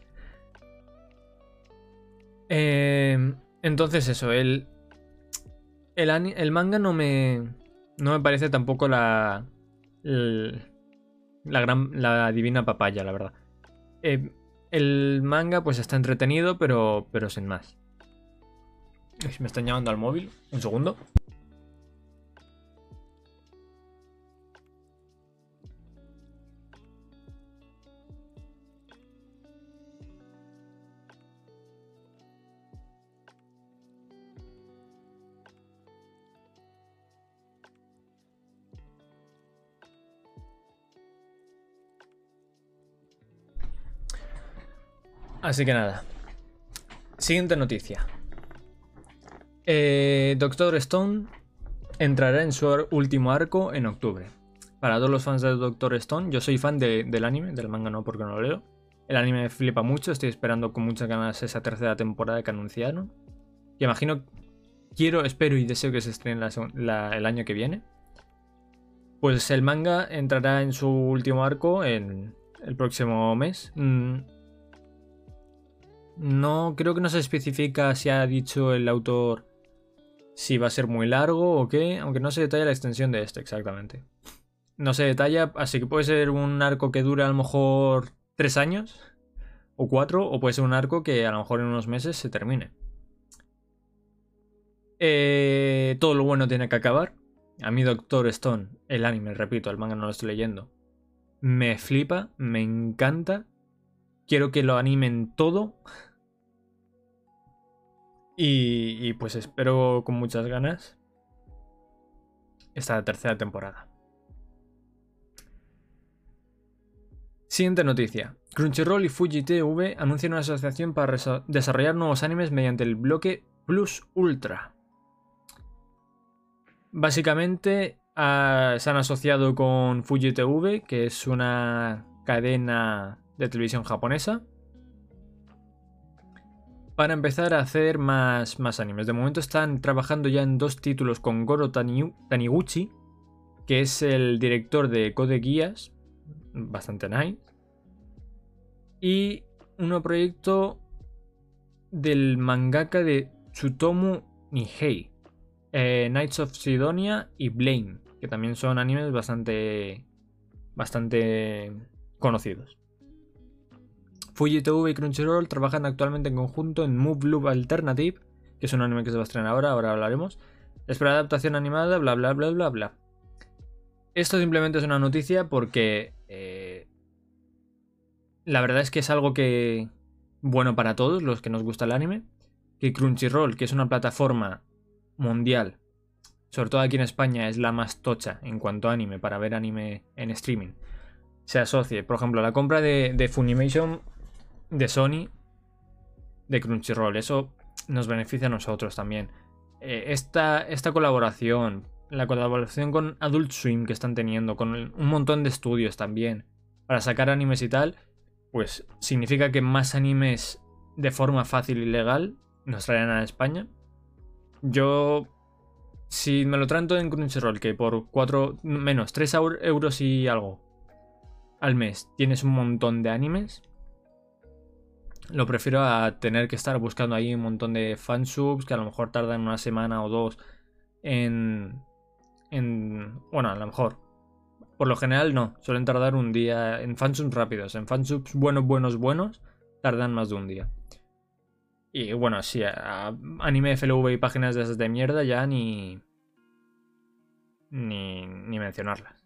Eh, entonces eso, el, el, el manga no me, no me parece tampoco la... La gran, la divina papaya, la verdad. Eh, el manga pues está entretenido, pero, pero sin más. Uy, me están llamando al móvil. Un segundo. Así que nada. Siguiente noticia. Eh, Doctor Stone entrará en su último arco en octubre. Para todos los fans de Doctor Stone, yo soy fan de, del anime, del manga no porque no lo leo. El anime me flipa mucho, estoy esperando con muchas ganas esa tercera temporada que anunciaron. Y imagino, quiero, espero y deseo que se estrene la, la, el año que viene. Pues el manga entrará en su último arco en el próximo mes. Mm. No, creo que no se especifica si ha dicho el autor si va a ser muy largo o qué, aunque no se detalla la extensión de este exactamente. No se detalla, así que puede ser un arco que dure a lo mejor tres años o cuatro, o puede ser un arco que a lo mejor en unos meses se termine. Eh, todo lo bueno tiene que acabar. A mí Doctor Stone, el anime, repito, el manga no lo estoy leyendo, me flipa, me encanta. Quiero que lo animen todo. Y, y pues espero con muchas ganas esta tercera temporada. Siguiente noticia. Crunchyroll y Fuji T V anuncian una asociación para desarrollar nuevos animes mediante el bloque Plus Ultra. Básicamente uh, se han asociado con Fuji T V, que es una cadena de televisión japonesa, para empezar a hacer más, más animes. De momento están trabajando ya en dos títulos con Goro Taniguchi, que es el director de Code Geass, bastante nice, y un nuevo proyecto del mangaka de Tsutomu Nihei, eh, Knights of Sidonia y Blame, que también son animes bastante, bastante conocidos. Fuji T V y Crunchyroll trabajan actualmente en conjunto en Move Loop Alternative, que es un anime que se va a estrenar ahora, ahora hablaremos. Espera adaptación animada, bla bla bla bla bla. Esto simplemente es una noticia porque eh, la verdad es que es algo que bueno para todos los que nos gusta el anime. Que Crunchyroll, que es una plataforma mundial, sobre todo aquí en España, es la más tocha en cuanto a anime para ver anime en streaming, se asocie, por ejemplo, la compra de, de Funimation de Sony, de Crunchyroll, eso nos beneficia a nosotros también. Eh, esta, esta colaboración, la colaboración con Adult Swim que están teniendo, con un montón de estudios también, para sacar animes y tal, pues significa que más animes de forma fácil y legal nos traerán a España. Yo, si me lo traen todo en Crunchyroll, que por cuatro menos tres euros y algo al mes tienes un montón de animes, lo prefiero a tener que estar buscando ahí un montón de fansubs que a lo mejor tardan una semana o dos en... en bueno, a lo mejor. Por lo general no, suelen tardar un día en fansubs rápidos. En fansubs buenos, buenos, buenos, tardan más de un día. Y bueno, sí, a, a anime F L V y páginas de esas de mierda ya ni... Ni, ni mencionarlas.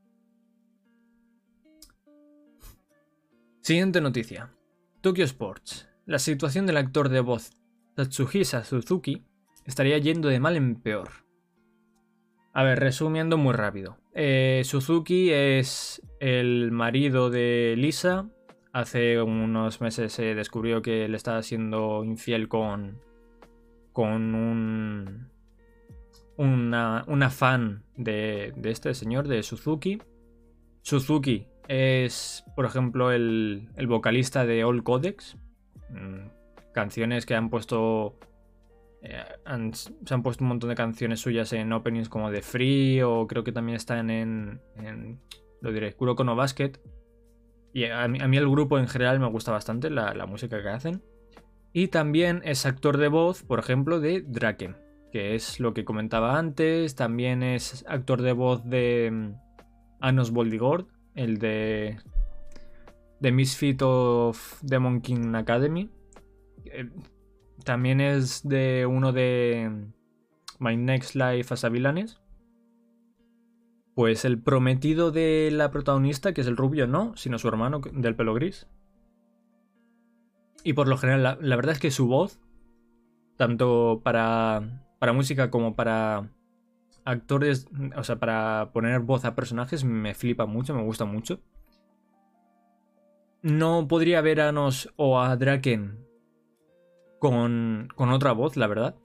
Siguiente noticia. Tokyo Sports. La situación del actor de voz Tatsuhisa Suzuki estaría yendo de mal en peor. A ver, resumiendo muy rápido. Eh, Suzuki es el marido de Lisa. Hace unos meses se descubrió que le estaba siendo infiel con, con un, una, una fan de, de este señor, de Suzuki. Suzuki es, por ejemplo, el, el vocalista de All Codex. Mm, canciones que han puesto... Eh, han, se han puesto un montón de canciones suyas en openings como The Free, o creo que también están en... en lo diré, Kuroko no Basket. Y a mí, a mí el grupo en general me gusta bastante, la, la música que hacen. Y también es actor de voz, por ejemplo, de Draken, que es lo que comentaba antes. También es actor de voz de um, Anos Boldigord, el de The Misfit of Demon King Academy. Eh, también es de uno de My Next Life as a Villanes. Pues el prometido de la protagonista, que es el rubio, no, sino su hermano del pelo gris. Y por lo general, la, la verdad es que su voz, tanto para, para música como para actores, o sea, para poner voz a personajes, me flipa mucho, me gusta mucho. No podría ver a Anos o a Draken con, con otra voz, la verdad.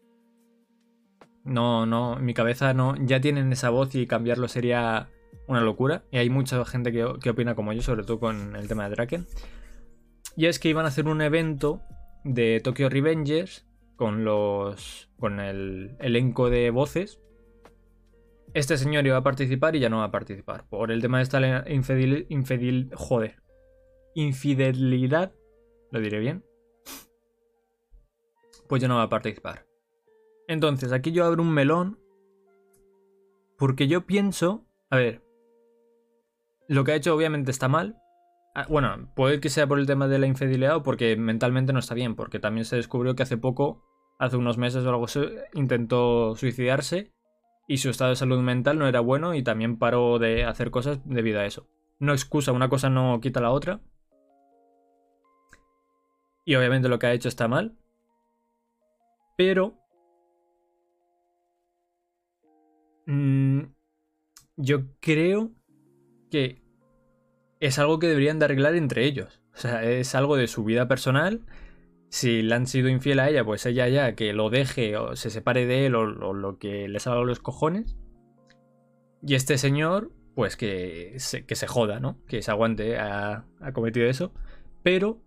No, no, en mi cabeza no. Ya tienen esa voz y cambiarlo sería una locura. Y hay mucha gente que, que opina como yo, sobre todo con el tema de Draken. Y es que iban a hacer un evento de Tokyo Revengers con los. Con el elenco de voces. Este señor iba a participar y ya no va a participar. Por el tema de esta infidel, infidel, joder, infidelidad. Lo diré bien. Pues ya no va a participar. Entonces, aquí yo abro un melón. Porque yo pienso... A ver. Lo que ha hecho obviamente está mal. Bueno, puede que sea por el tema de la infidelidad o porque mentalmente no está bien. Porque también se descubrió que hace poco, hace unos meses o algo así, intentó suicidarse. Y su estado de salud mental no era bueno y también paró de hacer cosas debido a eso. No excusa, una cosa no quita la otra. Y obviamente lo que ha hecho está mal. Pero... yo creo que es algo que deberían de arreglar entre ellos. O sea, es algo de su vida personal. Si le han sido infiel a ella, pues ella ya que lo deje o se separe de él o, o lo que le salga a los cojones. Y este señor, pues que se, que se joda, ¿no? Que se aguante, ha, ha cometido eso. Pero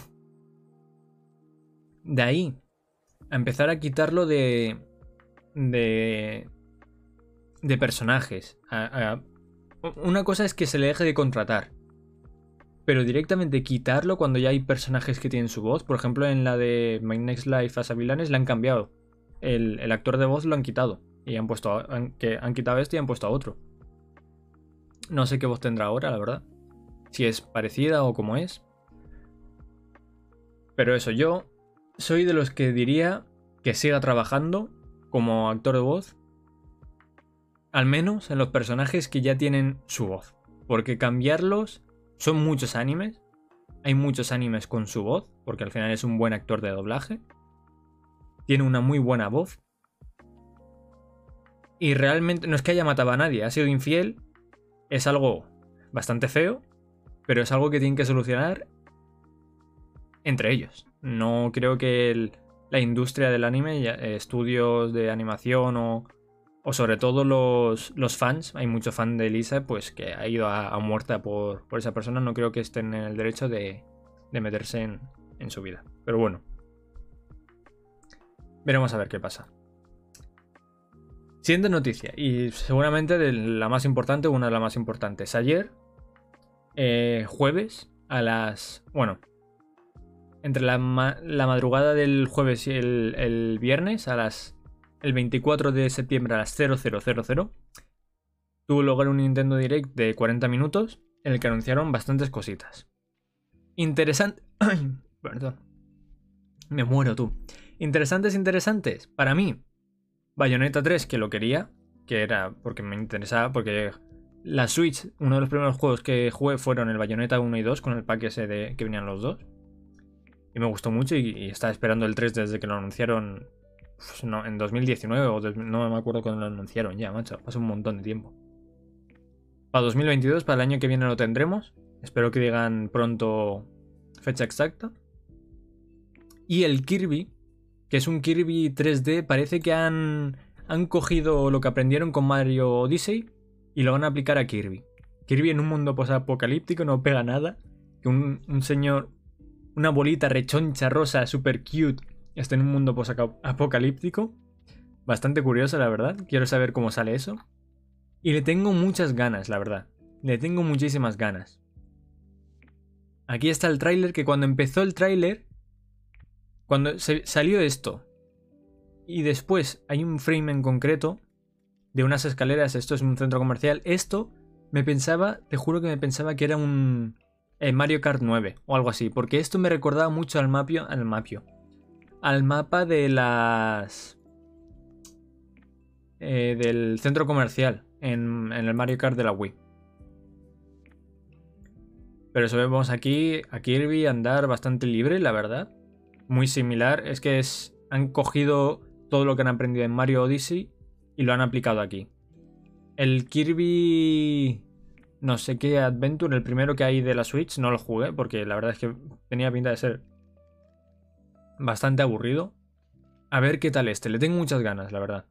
de ahí a empezar a quitarlo de... de... de personajes. A, a, una cosa es que se le deje de contratar, pero directamente quitarlo cuando ya hay personajes que tienen su voz. Por ejemplo, en la de My Next Life as a Villanes le han cambiado. El, el actor de voz lo han quitado. Y han puesto a, han, que han quitado a este y han puesto a otro. No sé qué voz tendrá ahora, la verdad. Si es parecida o cómo es. Pero eso, yo soy de los que diría que siga trabajando como actor de voz. Al menos en los personajes que ya tienen su voz. Porque cambiarlos... Son muchos animes. Hay muchos animes con su voz. Porque al final es un buen actor de doblaje. Tiene una muy buena voz. Y realmente no es que haya matado a nadie, ha sido infiel. Es algo bastante feo, pero es algo que tienen que solucionar entre ellos. No creo que el, la industria del anime, ya, eh, estudios de animación o, o sobre todo los, los fans, hay mucho fan de Lisa, pues que ha ido a, a muerta por, por esa persona, no creo que estén en el derecho de, de meterse en, en su vida. Pero bueno, veremos a ver qué pasa. Siguiente noticia, y seguramente de la más importante, una de las más importantes. Ayer, eh, jueves, a las... Bueno, entre la, ma la madrugada del jueves y el, el viernes, a las... El veinticuatro de septiembre a las cero cero cero cero, tuvo lugar un Nintendo Direct de cuarenta minutos, en el que anunciaron bastantes cositas. Interesante... Ay, perdón. Me muero, tú. Interesantes, interesantes. Para mí... Bayonetta tres, que lo quería, que era porque me interesaba, porque la Switch, uno de los primeros juegos que jugué fueron el Bayonetta uno y dos, con el pack ese de que venían los dos. Y me gustó mucho y, y estaba esperando el tres desde que lo anunciaron, pues no, en dos mil diecinueve o dos, no me acuerdo cuando lo anunciaron ya, macho, pasó un montón de tiempo. Para dos mil veintidós, para el año que viene lo tendremos, espero que digan pronto fecha exacta. Y el Kirby, que es un Kirby tres D, parece que han, han cogido lo que aprendieron con Mario Odyssey y lo van a aplicar a Kirby. Kirby en un mundo posapocalíptico no pega nada. Que un, un señor, una bolita rechoncha rosa super cute, está en un mundo posapocalíptico. Bastante curioso, la verdad. Quiero saber cómo sale eso. Y le tengo muchas ganas, la verdad. Le tengo muchísimas ganas. Aquí está el tráiler, que cuando empezó el tráiler... Cuando se salió esto y después hay un frame en concreto de unas escaleras, esto es un centro comercial, esto me pensaba, te juro que me pensaba que era un eh, Mario Kart nueve o algo así, porque esto me recordaba mucho al mapio, al mapio, al mapa de las eh, del centro comercial en, en el Mario Kart de la Wii. Pero eso vemos aquí a Kirby andar bastante libre, la verdad. Muy similar, es que es, han cogido todo lo que han aprendido en Mario Odyssey y lo han aplicado aquí. El Kirby... no sé qué Adventure, el primero que hay de la Switch, no lo jugué porque la verdad es que tenía pinta de ser bastante aburrido. A ver qué tal este, le tengo muchas ganas, la verdad.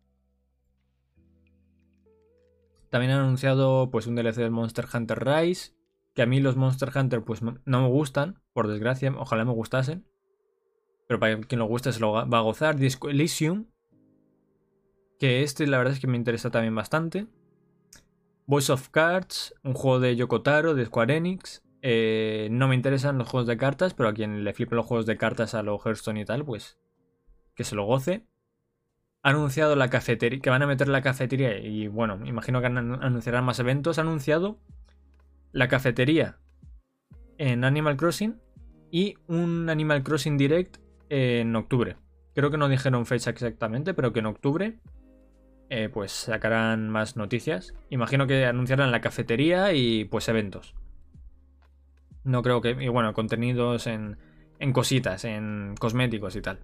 También han anunciado pues un D L C del Monster Hunter Rise, que a mí los Monster Hunter pues no me gustan, por desgracia, ojalá me gustasen. Pero para quien lo guste se lo va a gozar. Disco Elysium, que este la verdad es que me interesa también bastante. Voice of Cards, un juego de Yoko Taro, de Square Enix. Eh, no me interesan los juegos de cartas, pero a quien le flipen los juegos de cartas a lo Hearthstone y tal, pues que se lo goce. Ha anunciado la cafetería, que van a meter la cafetería y bueno, imagino que anunciarán más eventos. Ha anunciado la cafetería en Animal Crossing y un Animal Crossing Direct en octubre. Creo que no dijeron fecha exactamente, pero que en octubre eh, pues sacarán más noticias. Imagino que anunciarán la cafetería y pues eventos. No creo que... Y bueno, contenidos en, en cositas, en cosméticos y tal.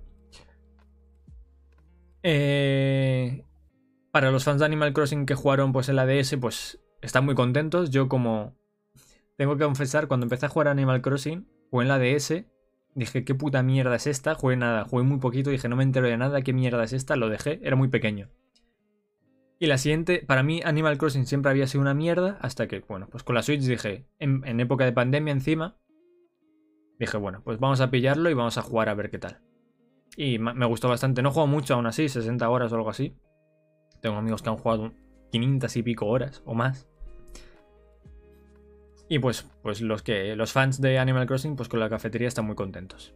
Eh, para los fans de Animal Crossing que jugaron pues en la D S, pues están muy contentos. Yo como... Tengo que confesar, cuando empecé a jugar a Animal Crossing, jugué en la D S... Dije, ¿qué puta mierda es esta? Jugué nada, jugué muy poquito, dije, no me entero de nada, ¿qué mierda es esta? Lo dejé, era muy pequeño. Y la siguiente, para mí Animal Crossing siempre había sido una mierda, hasta que, bueno, pues con la Switch dije, en, en época de pandemia encima, dije, bueno, pues vamos a pillarlo y vamos a jugar a ver qué tal. Y me gustó bastante, no juego mucho aún así, sesenta horas o algo así. Tengo amigos que han jugado quinientas y pico horas o más. Y pues, pues los que los fans de Animal Crossing, pues con la cafetería están muy contentos.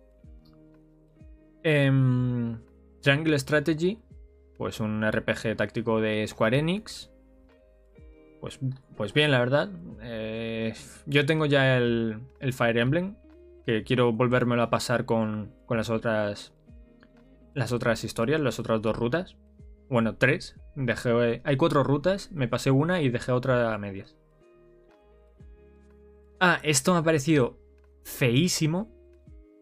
Eh, Triangle Strategy, pues un R P G táctico de Square Enix. Pues, pues bien, la verdad. Eh, yo tengo ya el, el Fire Emblem, que quiero volvérmelo a pasar con, con las otras las otras historias, las otras dos rutas. Bueno, tres. Dejé, hay cuatro rutas, me pasé una y dejé otra a medias. Ah, esto me ha parecido feísimo.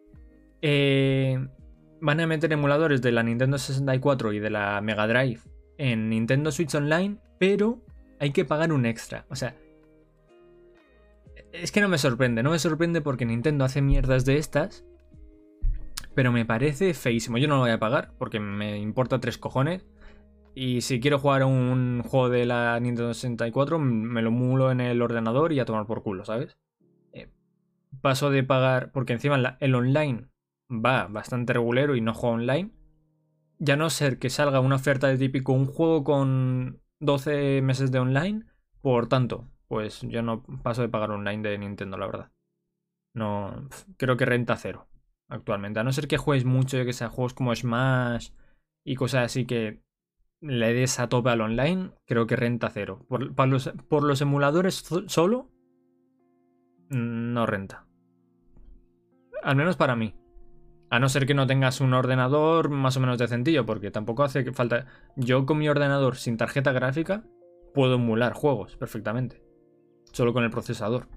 Eh, van a meter emuladores de la Nintendo sesenta y cuatro y de la Mega Drive en Nintendo Switch Online, pero hay que pagar un extra. O sea, es que no me sorprende, no me sorprende porque Nintendo hace mierdas de estas, pero me parece feísimo. Yo no lo voy a pagar porque me importa tres cojones. Y si quiero jugar a un juego de la Nintendo sesenta y cuatro, me lo mulo en el ordenador y a tomar por culo, ¿sabes? Eh, paso de pagar, porque encima la, el online va bastante regulero y no juego online. Ya no ser que salga una oferta de típico un juego con doce meses de online, por tanto, pues yo no paso de pagar online de Nintendo, la verdad. No, creo que renta cero actualmente. A no ser que juegues mucho, que sea juegos como Smash y cosas así que le des a tope al online, creo que renta cero. Por, por, los, por los emuladores solo, no renta. Al menos para mí. A no ser que no tengas un ordenador más o menos decentillo, porque tampoco hace falta... Yo con mi ordenador sin tarjeta gráfica puedo emular juegos perfectamente. Solo con el procesador.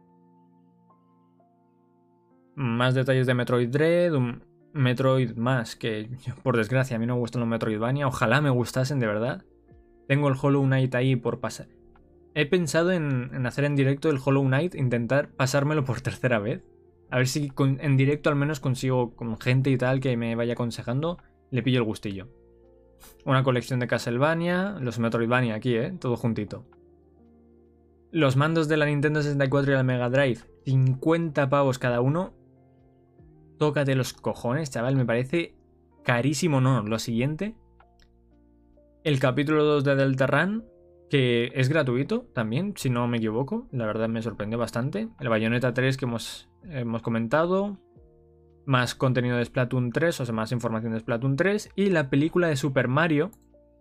Más detalles de Metroid Dread, un Metroid más, que por desgracia a mí no me gustan los Metroidvania. Ojalá me gustasen de verdad. Tengo el Hollow Knight ahí por pasar. He pensado en, en hacer en directo el Hollow Knight, intentar pasármelo por tercera vez. A ver si con, en directo al menos consigo con gente y tal que me vaya aconsejando, le pillo el gustillo. Una colección de Castlevania, los Metroidvania aquí, ¿eh? Todo juntito. Los mandos de la Nintendo sesenta y cuatro y la Mega Drive, cincuenta pavos cada uno. Tócate los cojones, chaval, me parece carísimo. No, lo siguiente. El capítulo dos de Deltarune, que es gratuito también, si no me equivoco. La verdad me sorprendió bastante. El Bayonetta tres que hemos, hemos comentado. Más contenido de Splatoon tres, o sea, más información de Splatoon tres. Y la película de Super Mario.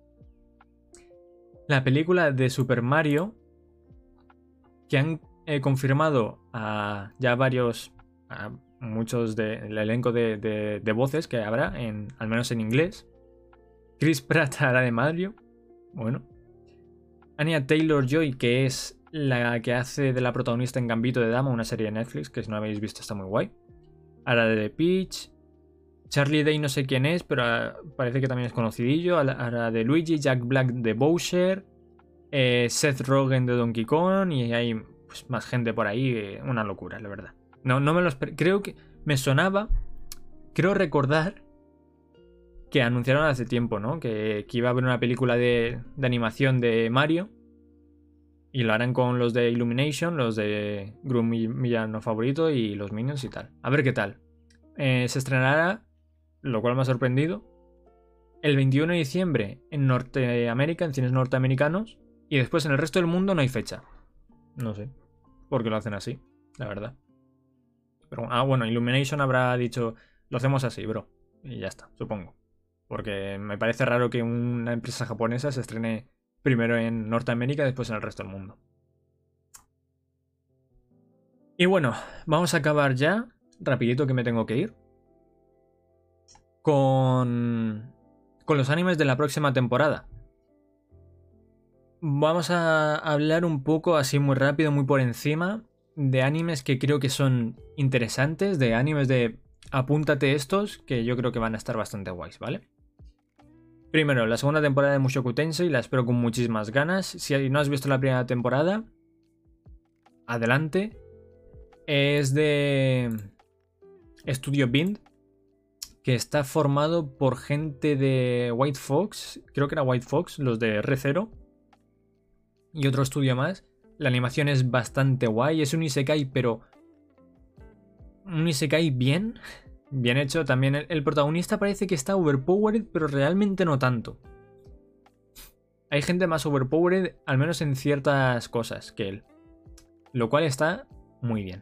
La película de Super Mario, que han eh, confirmado a ya varios... A muchos del de, elenco de, de, de voces que habrá, en, al menos en inglés. Chris Pratt hará de Mario. Bueno. Anya Taylor-Joy, que es la que hace de la protagonista en Gambito de Dama, una serie de Netflix, que si no la habéis visto está muy guay. Hará de Peach. Charlie Day no sé quién es, pero parece que también es conocidillo. Hará de Luigi. Jack Black de Bowser. Eh, Seth Rogen de Donkey Kong. Y hay pues, más gente por ahí. Eh, una locura, la verdad. No, no me lo esperé. Creo que me sonaba. Creo recordar que anunciaron hace tiempo, ¿no? Que, que iba a haber una película de, de animación de Mario. Y lo harán con los de Illumination, los de Gru, mi villano favorito, y los Minions y tal. A ver qué tal. Eh, se estrenará, lo cual me ha sorprendido, el veintiuno de diciembre en Norteamérica, en cines norteamericanos. Y después en el resto del mundo no hay fecha. No sé por qué lo hacen así, la verdad. Pero, ah, bueno, Illumination habrá dicho, lo hacemos así, bro. Y ya está, supongo. Porque me parece raro que una empresa japonesa se estrene primero en Norteamérica y después en el resto del mundo. Y bueno, vamos a acabar ya, rapidito que me tengo que ir, con, con los animes de la próxima temporada. Vamos a hablar un poco así muy rápido, muy por encima, de animes que creo que son interesantes, de animes de apúntate estos, que yo creo que van a estar bastante guays, ¿vale? Primero, la segunda temporada de Mushoku Tensei, la espero con muchísimas ganas. Si no has visto la primera temporada, adelante. Es de Estudio Bind, que está formado por gente de White Fox, creo que era White Fox, los de Re:Zero, y otro estudio más. La animación es bastante guay, es un isekai, pero un isekai bien, bien hecho. También el, el protagonista parece que está overpowered, pero realmente no tanto. Hay gente más overpowered, al menos en ciertas cosas, que él, lo cual está muy bien.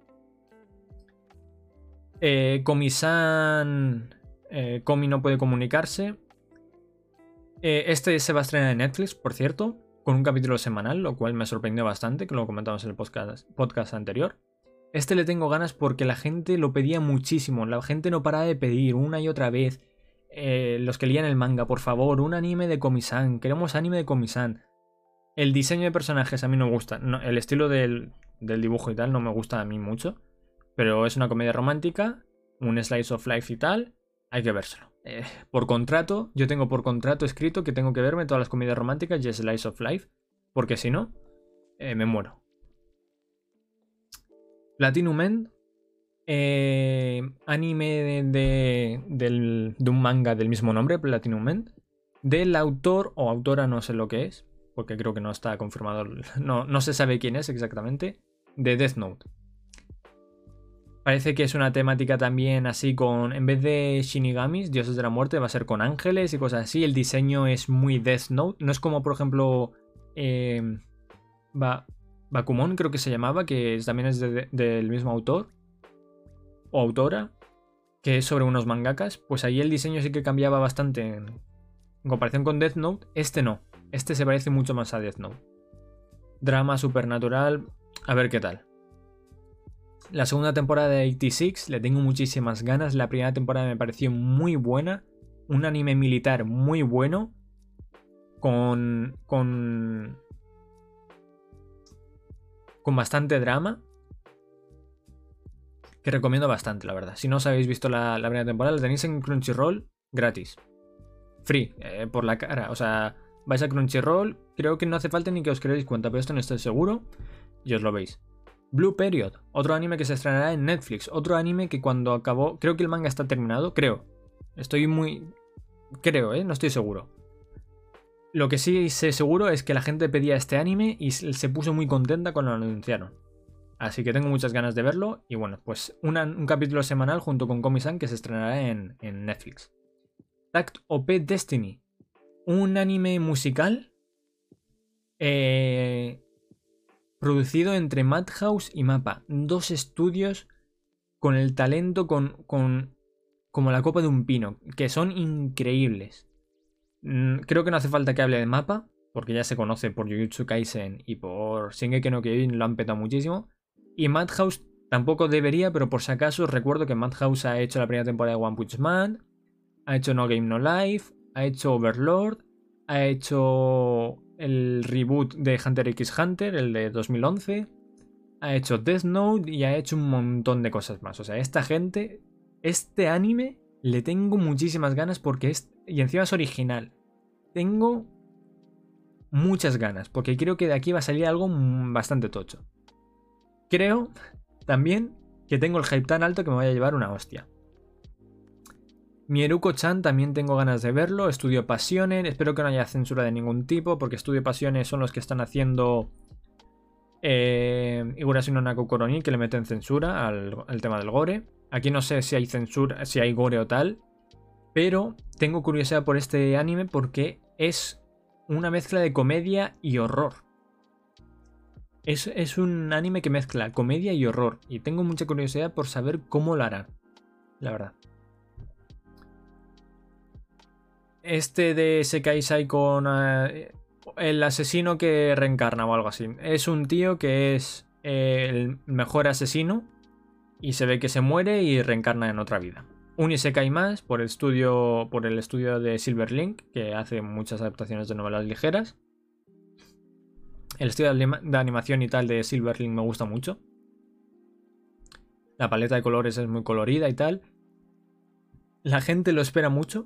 Eh, Komi-san, eh, Komi no puede comunicarse. Eh, este se va a estrenar en Netflix, por cierto, con un capítulo semanal, lo cual me sorprendió bastante, que lo comentamos en el podcast, podcast anterior. Este le tengo ganas porque la gente lo pedía muchísimo, la gente no paraba de pedir una y otra vez. Eh, los que leían el manga, por favor, un anime de Komi-san, queremos anime de Komi-san. El diseño de personajes a mí no me gusta, no, el estilo del, del dibujo y tal no me gusta a mí mucho, pero es una comedia romántica, un slice of life y tal, hay que vérselo. Eh, por contrato, yo tengo por contrato escrito que tengo que verme todas las comedias románticas y Slice of Life, porque si no, eh, me muero. Platinum End, eh, anime de, de, del, de un manga del mismo nombre, Platinum End, del autor o autora, no sé lo que es, porque creo que no está confirmado, no, no se sabe quién es exactamente, de Death Note. Parece que es una temática también así con, en vez de shinigamis, dioses de la muerte, va a ser con ángeles y cosas así. El diseño es muy Death Note, no es como por ejemplo eh, ba Bakumon, creo que se llamaba, que también es de, de, del mismo autor o autora, que es sobre unos mangakas. Pues ahí el diseño sí que cambiaba bastante en, en comparación con Death Note. Este no, este se parece mucho más a Death Note. Drama supernatural, a ver qué tal. La segunda temporada de ochenta y seis le tengo muchísimas ganas. La primera temporada me pareció muy buena. Un anime militar muy bueno. Con... Con... Con bastante drama. Que recomiendo bastante, la verdad. Si no os habéis visto la, la primera temporada, la tenéis en Crunchyroll gratis. Free, eh, por la cara. O sea, vais a Crunchyroll. Creo que no hace falta ni que os creéis cuenta, pero esto no estoy seguro. Y os lo veis. Blue Period, otro anime que se estrenará en Netflix. Otro anime que cuando acabó... Creo que el manga está terminado, creo. Estoy muy... Creo, ¿eh? No estoy seguro. Lo que sí sé seguro es que la gente pedía este anime y se puso muy contenta cuando lo anunciaron. Así que tengo muchas ganas de verlo. Y bueno, pues una, un capítulo semanal junto con Komi-san que se estrenará en, en Netflix. Tact O P Destiny. Un anime musical... Eh... Producido entre Madhouse y Mappa. Dos estudios con el talento con, con como la copa de un pino. Que son increíbles. Creo que no hace falta que hable de Mappa. Porque ya se conoce por Jujutsu Kaisen y por Shingeki no Kyojin. Lo han petado muchísimo. Y Madhouse tampoco debería. Pero por si acaso recuerdo que Madhouse ha hecho la primera temporada de One Punch Man. Ha hecho No Game No Life. Ha hecho Overlord. Ha hecho... el reboot de Hunter x Hunter, el de dos mil once. Ha hecho Death Note y ha hecho un montón de cosas más. O sea, esta gente, este anime, le tengo muchísimas ganas porque es... Y encima es original. Tengo muchas ganas porque creo que de aquí va a salir algo bastante tocho. Creo también que tengo el hype tan alto que me voy a llevar una hostia. Mieruko-chan también tengo ganas de verlo. Estudio Passiones. Espero que no haya censura de ningún tipo. Porque Estudio Passiones son los que están haciendo eh, Higurashi no Naku Koroni, que le meten censura al, al tema del gore. Aquí no sé si hay censura, si hay gore o tal. Pero tengo curiosidad por este anime porque es una mezcla de comedia y horror. Es, es un anime que mezcla comedia y horror. Y tengo mucha curiosidad por saber cómo lo harán. La verdad. Este de Sekai Sai con eh, el asesino que reencarna o algo así. Es un tío que es eh, el mejor asesino y se ve que se muere y reencarna en otra vida. Un Isekai más por el estudio, por el estudio de Silver Link, que hace muchas adaptaciones de novelas ligeras. El estudio de animación y tal de Silver Link me gusta mucho. La paleta de colores es muy colorida y tal. La gente lo espera mucho.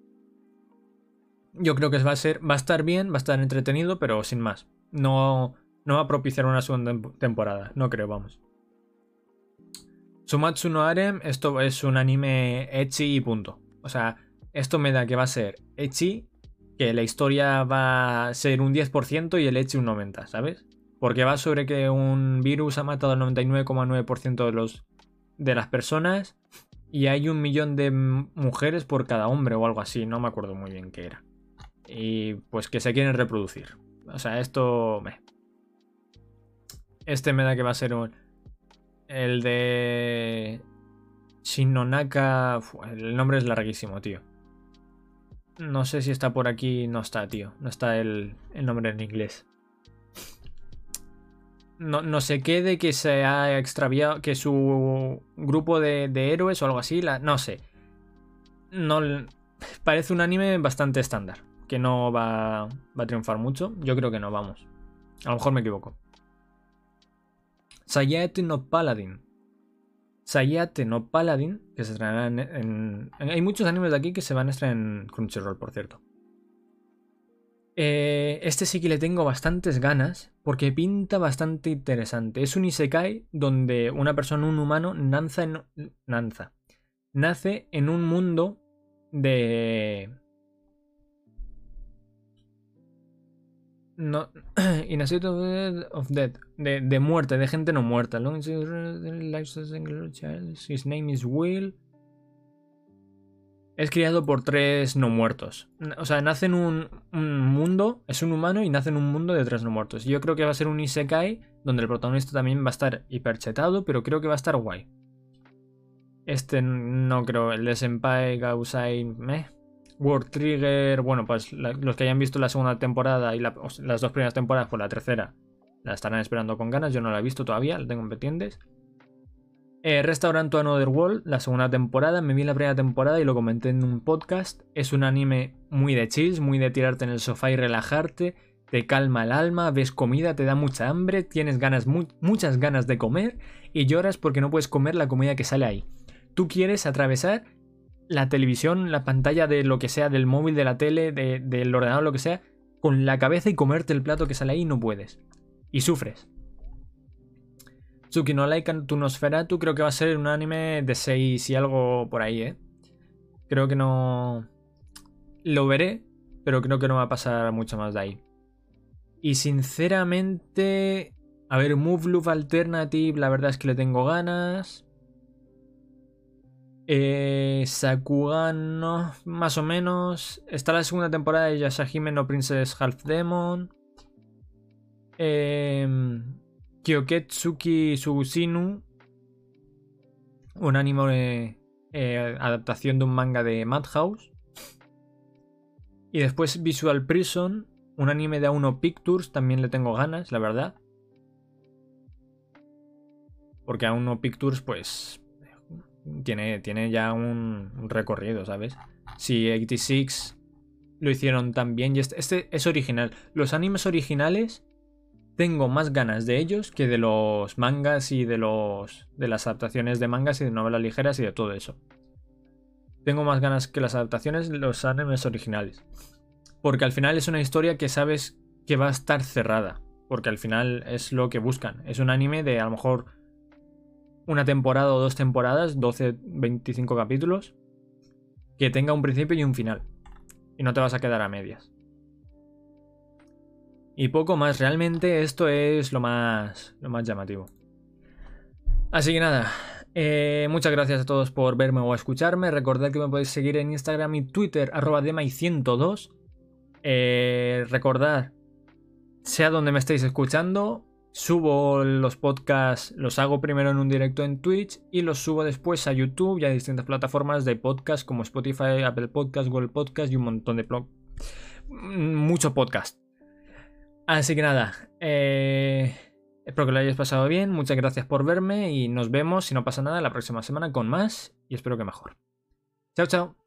Yo creo que va a ser, va a estar bien, va a estar entretenido, pero sin más. No, no va a propiciar una segunda temporada, no creo, vamos. Sumatsu no Harem, esto es un anime ecchi y punto. O sea, esto me da que va a ser ecchi, que la historia va a ser un diez por ciento y el ecchi un noventa por ciento, ¿sabes? Porque va sobre que un virus ha matado al noventa y nueve coma nueve por ciento de, los, de las personas y hay un millón de mujeres por cada hombre o algo así, no me acuerdo muy bien qué era. Y pues que se quieren reproducir. O sea, esto... Meh. Este me da que va a ser un... El de... Shinonaka... El nombre es larguísimo, tío. No sé si está por aquí. No está, tío. No está el, el nombre en inglés. No, no sé qué de que se ha extraviado... Que su grupo de, de héroes o algo así... La, no sé. No... Parece un anime bastante estándar. Que no va, va a triunfar mucho. Yo creo que no, vamos. A lo mejor me equivoco. Sayate no Paladin. Sayate no Paladin, que se estrenará en, en, en... Hay muchos animes de aquí que se van a estrenar en Crunchyroll, por cierto. Eh, este sí que le tengo bastantes ganas, porque pinta bastante interesante. Es un isekai donde una persona, un humano, nanza en, nanza, nace en un mundo de... No, in a state of death, de, de muerte, de gente no muerta. His name is Will. Es criado por tres no muertos. O sea, nace en un, un mundo, es un humano y nace en un mundo de tres no muertos. Yo creo que va a ser un isekai donde el protagonista también va a estar hiperchetado, pero creo que va a estar guay. Este no creo, el de Senpai, Gausai, meh. World Trigger, bueno, pues la, los que hayan visto la segunda temporada y la, las dos primeras temporadas, pues la tercera la estarán esperando con ganas. Yo no la he visto todavía, la tengo en pendientes. Eh, Restaurant to Another World, la segunda temporada, me vi la primera temporada y lo comenté en un podcast. Es un anime muy de chills, muy de tirarte en el sofá y relajarte, te calma el alma, ves comida, te da mucha hambre, tienes ganas, mu muchas ganas de comer y lloras porque no puedes comer la comida que sale ahí. Tú quieres atravesar la televisión, la pantalla de lo que sea, del móvil, de la tele, de, del ordenador, lo que sea, con la cabeza y comerte el plato que sale ahí y no puedes. Y sufres. Tsuki no Laikan to Nosferatu creo que va a ser un anime de seis y algo por ahí, ¿eh? Creo que no... Lo veré, pero creo que no va a pasar mucho más de ahí. Y sinceramente... A ver, Move Love Alternative, la verdad es que le tengo ganas... Eh, Sakugan, no, más o menos. Está la segunda temporada de Yashahime no Princess Half Demon. Eh, Kyoketsuki Sugusinu, un anime eh, adaptación de un manga de Madhouse. Y después Visual Prison, un anime de Auno Pictures, también le tengo ganas, la verdad. Porque Auno Pictures, pues... Tiene, tiene ya un, un recorrido, ¿sabes? Si ochenta y seis lo hicieron tan bien. Y este, este es original. Los animes originales tengo más ganas de ellos que de los mangas y de los de las adaptaciones de mangas y de novelas ligeras y de todo eso. Tengo más ganas que las adaptaciones de los animes originales. Porque al final es una historia que sabes que va a estar cerrada. Porque al final es lo que buscan. Es un anime de a lo mejor... una temporada o dos temporadas, doce, veinticinco capítulos, que tenga un principio y un final. Y no te vas a quedar a medias. Y poco más, realmente esto es lo más, lo más llamativo. Así que nada, eh, muchas gracias a todos por verme o escucharme. Recordad que me podéis seguir en Instagram y Twitter, arroba demai ciento dos. Eh, recordad, sea donde me estéis escuchando... Subo los podcasts, los hago primero en un directo en Twitch y los subo después a YouTube y a distintas plataformas de podcast como Spotify, Apple Podcast, Google Podcast y un montón de... Mucho podcast. Así que nada, eh, espero que lo hayáis pasado bien, muchas gracias por verme y nos vemos, si no pasa nada, la próxima semana con más y espero que mejor. Chao, chao.